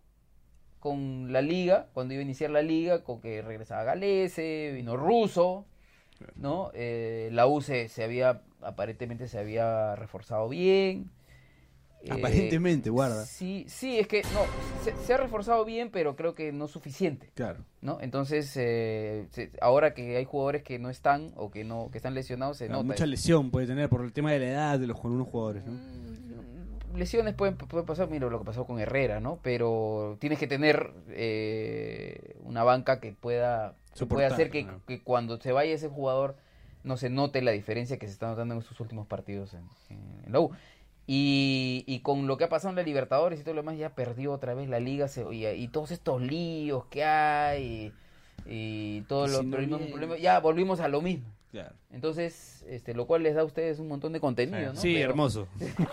con la liga, cuando iba a iniciar la liga, con que regresaba Galese, vino Russo, ¿no? Eh, la U se, se había, aparentemente se había reforzado bien. Eh, Aparentemente, guarda. Sí, sí, es que no, se, se ha reforzado bien, pero creo que no suficiente. Claro. ¿No? Entonces, eh, se- ahora que hay jugadores que no están o que no que están lesionados, se Claro, nota. mucha lesión puede tener por el tema de la edad de los algunos jugadores, ¿no? Lesiones pueden, pueden pasar, mira lo que pasó con Herrera, ¿no? Pero tienes que tener eh, una banca que pueda, que Soportar, pueda hacer que, claro. que cuando se vaya ese jugador no se note la diferencia que se está notando en estos últimos partidos en, en- en la U. Y, y con lo que ha pasado en la Libertadores y todo lo demás, ya perdió otra vez la liga se, y, y todos estos líos que hay y, y todos Y los si no problemas, viene. problemas, ya volvimos a lo mismo. Claro. Entonces, este, lo cual les da a ustedes un montón de contenido, ¿no? Sí, Pero- hermoso.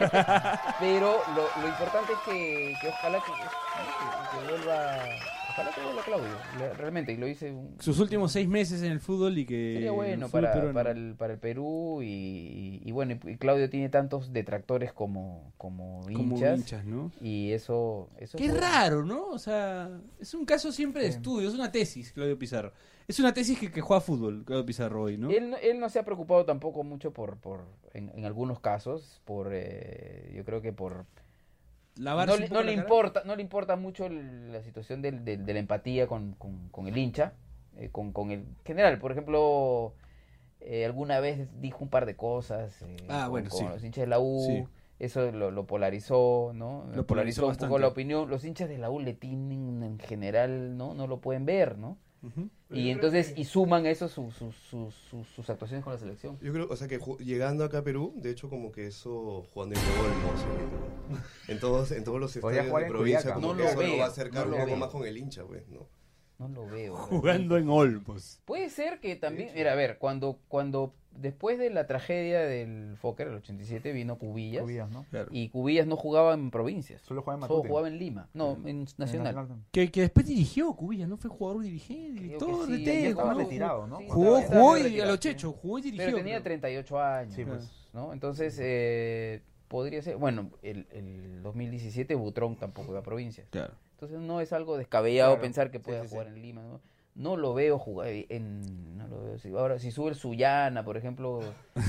Pero lo, lo importante es que, que ojalá que, que- que vuelva, ojalá que vuelva Claudio, le- realmente, y lo hice un, Sus últimos seis meses en el fútbol y que... sería bueno el fútbol para, peruano. para, el, para el Perú y, y, y bueno, y Claudio tiene tantos detractores como, como Como hinchas, hinchas, ¿no? y eso, eso Qué fue- raro, ¿no? O sea, es un caso siempre de estudio, es una tesis, Claudio Pizarro. Es una tesis que, que juega fútbol, Claudio Pizarro hoy, ¿no? Él, no- él no se ha preocupado tampoco mucho por, por en, en algunos casos, por eh, yo creo que por Lavarse no, un le- poco no la le cara. importa, no le importa mucho el- la situación del- del- de la empatía con, con- con el hincha, eh, con, con el general. Por ejemplo, eh, alguna vez dijo un par de cosas eh, Ah, con, bueno, con sí. los hinchas de la U. Sí. Eso lo, lo polarizó, ¿no? Lo polarizó polarizó un poco bastante. la opinión. Los hinchas de la U le tienen en general, ¿no? No lo pueden ver, ¿no? Ujú. Y entonces, y suman a eso sus, sus, sus, sus, sus actuaciones con la selección. Yo creo, o sea, que ju- llegando acá a Perú, de hecho, como que eso, jugando en Olmos, en, en todos, en todos los Podría estadios jugar de en provincia, Juliaca. como No que lo eso lo veo, va a acercar no un lo poco veo. más con el hincha, pues, ¿no? No lo veo. Jugando en Olmos. Puede ser que también, mira, a ver, cuando, cuando después de la tragedia del Fokker, el ochenta y siete, vino Cubillas, Cubillas, ¿no? Claro. y Cubillas no jugaba en provincias, Solo juega en solo Matute. jugaba en Lima, no, en Nacional. Nacional. Que, que después dirigió Cubilla, ¿no? Fue jugador, dirigente, director, sí, de ya técnico, estaba ¿no? retirado, ¿no? Sí, Jugó, estaba- estaba jugó y retirado, a lo sí. checho, jugó y dirigió. Pero tenía creo. treinta y ocho años, Sí, pues. ¿no? Entonces, eh, podría ser, bueno, el, el dos mil diecisiete Butrón tampoco iba a provincias. Claro. Entonces no es algo descabellado Claro, pensar que sí, pueda sí, jugar sí. en Lima, ¿no? No lo veo jugar en... No lo veo. Si, ahora, si sube el Sullana, por ejemplo...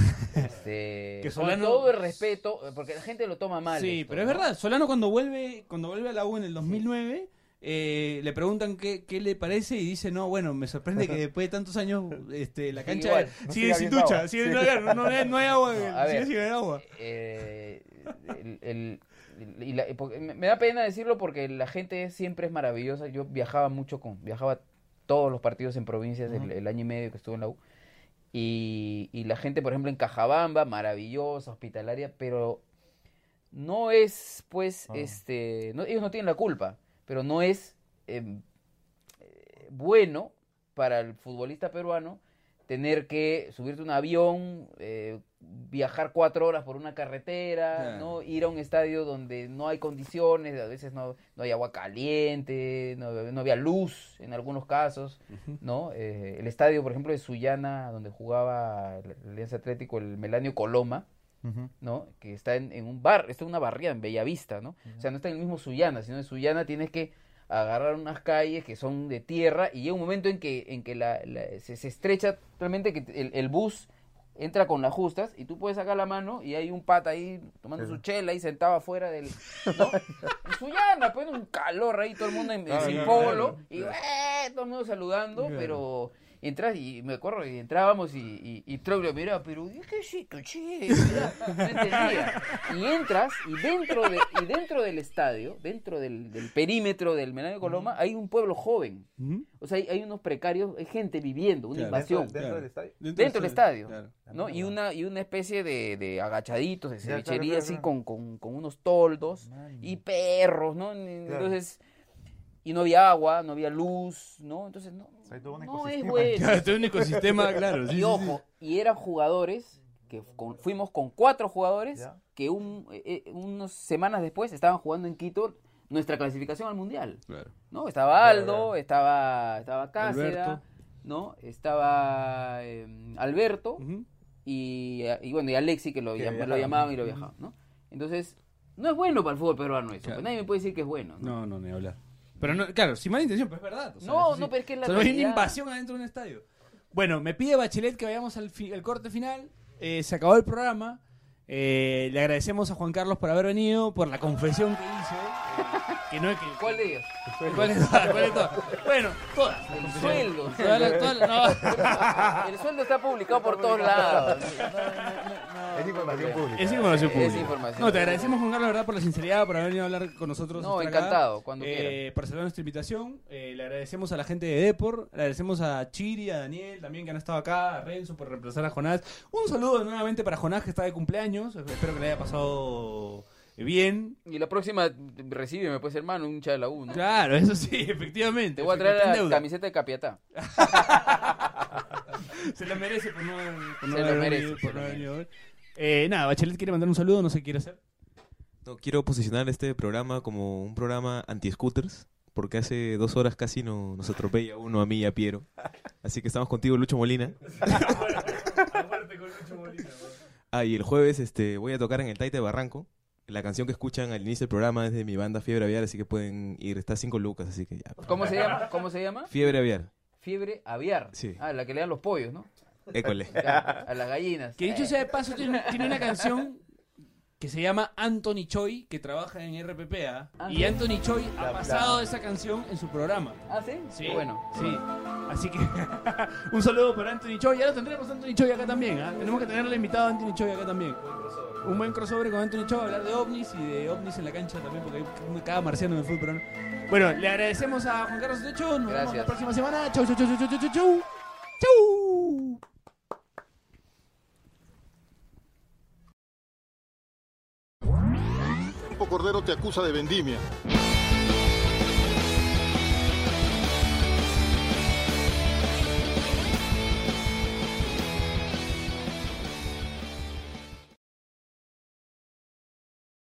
este, Que con Solano- todo el respeto, porque la gente lo toma mal. Sí, esto, pero es ¿no? verdad. Solano cuando vuelve cuando vuelve a la U en el dos mil nueve, eh, le preguntan qué, qué le parece y dice, no, bueno, me sorprende que después de tantos años este, la Sigue cancha igual. No sigue sigue sin habiendo ducha. agua. Sigue, Sí. no, claro, no, hay- no hay agua, No, a sigue ver, sin agua. Eh, el- el- el- y la- y porque me me da pena decirlo porque la gente siempre es maravillosa. Yo viajaba mucho con... Viajaba todos los partidos en provincias el, el año y medio que estuve en la U. Y, y la gente, por ejemplo, en Cajabamba, maravillosa, hospitalaria, pero no es, pues, Ah. este... No, ellos no tienen la culpa, pero no es... em, eh, bueno para el futbolista peruano tener que subirte a un avión, eh, viajar cuatro horas por una carretera, Claro. ¿no? Ir a un estadio donde no hay condiciones, a veces no, no hay agua caliente, no, no había luz en algunos casos, Ujú. ¿no? Eh, el estadio, por ejemplo, de Sullana, donde jugaba el, el Alianza Atlético, el Melanio Coloma, Ujú. ¿no? Que está en, en un bar, está en una barriada en Bellavista, ¿no? O sea, no está en el mismo Sullana, sino en Sullana tienes que agarrar unas calles que son de tierra y llega un momento en que en que la, la- se, se estrecha totalmente, que el, el bus entra con las justas y tú puedes sacar la mano y hay un pata ahí tomando su chela ahí sentado afuera del, ¿no? En Sullana, pues un calor ahí, todo el mundo en, en Claro, sin claro, polo claro. y ¡eh! Todo el mundo saludando, Claro. pero entras y me acuerdo y entrábamos y, y, y Troglio miraba, pero ¿qué es esto, che? Mirá, no entendía. Y entras y dentro de y dentro del estadio, dentro del, del perímetro del Melanio Coloma, hay un pueblo joven. Ujú. O sea, hay, hay unos precarios, hay gente viviendo, una Claro. invasión. ¿Dentro, dentro del estadio? Dentro del estadio, Claro. ¿no? Y una y una especie de, de agachaditos, de Ya, claro, cevichería claro, así claro. con, con, con unos toldos Man. y perros, ¿no? Entonces, y no había agua, no había luz, ¿no? Entonces, no, Hay todo un no es ecosistema. bueno. Claro, este es un ecosistema, claro. sí, Y sí, ojo, y eran jugadores, que con- fuimos con cuatro jugadores, Ya. que un, eh, eh, unas semanas después estaban jugando en Quito nuestra clasificación al Mundial. sí. Claro. ¿No? Estaba Aldo, estaba, estaba Cáceda, Alberto. ¿no? Estaba eh, Alberto Ujú. y, eh, y bueno, y Alexi, que lo, Que llam- lo viajaba. llamaban y lo viajaban, ¿no? Entonces, no es bueno para el fútbol peruano eso, Claro. pues nadie me puede decir que es bueno, ¿no? No, no, ni hablar. Pero no, claro, sin mala intención, pero es verdad. o sea, No, eso sí. no, pero es que es la O sea, no hay una realidad. invasión adentro de un estadio. Bueno, me pide Bachelet que vayamos al fi- al corte final. Eh, se acabó el programa. Eh, le agradecemos a Juan Carlos por haber venido, por la confesión que hizo. eh, que no es que, ¿Cuál de ellos? ¿Cuál es toda? ¿Cuál es toda? Bueno, todas. las El confesiones. sueldo. Todas las- todas las- no. El sueldo está publicado por todos lados. Es información pública. Es información Es pública. información. No, te agradecemos, Juan Carlos, la verdad, por la sinceridad, por haber venido a hablar con nosotros. No, estar acá. encantado, cuando Eh, quieran. Por aceptar nuestra invitación. Eh, le agradecemos a la gente de Depor, le agradecemos a Chiri, a Daniel también que han estado acá, a Renzo por reemplazar a Jonás. Un saludo nuevamente para Jonás que está de cumpleaños. Espero que le haya pasado bien. Y la próxima recibe, me puede ser hermano, un hincha de la U, ¿no? Claro, eso sí, efectivamente. Te voy a Está traer en la deuda. camiseta de Capiatá. Se lo merece por no, por no Se lo haber merece, venido, se por lo no haber merece. venido hoy. Eh, nada, Bachelet quiere mandar un saludo, no sé qué quiere hacer. No, quiero posicionar este programa como un programa anti-scooters, porque hace dos horas casi no, nos atropella uno a mí y a Piero. Así que estamos contigo, Lucho Molina. Ah, y el jueves este, voy a tocar en el Taite Barranco. La canción que escuchan al inicio del programa es de mi banda Fiebre Aviar, así que pueden ir. Está a cinco lucas, así que ya. ¿Cómo se llama? ¿Cómo se llama? Fiebre Aviar. Fiebre aviar. Sí. Ah, la que le dan los pollos, ¿no? École. Ya, a las gallinas. Que dicho Eh. sea de paso, tiene, tiene una canción que se llama Anthony Choi, que trabaja en R P P A. Ah, y sí. Anthony Choi ha La- pasado la- esa canción en su programa. ¿Ah, sí? Sí, Qué bueno. Sí. Así que un saludo para Anthony Choi. Ya lo tendremos a Anthony Choi acá también. ¿ah? Tenemos que tenerle invitado a Anthony Choi acá también. Un buen crossover con Anthony Choi, hablar de ovnis y de ovnis en la cancha también, porque hay cada marciano en el fútbol peruano. Bueno, le agradecemos a Juan Carlos Techo. Nos vemos la Gracias. próxima semana. Chau, chau, chau, chau, chau, chau, chau. Chau. Campo Cordero te acusa de vendimia.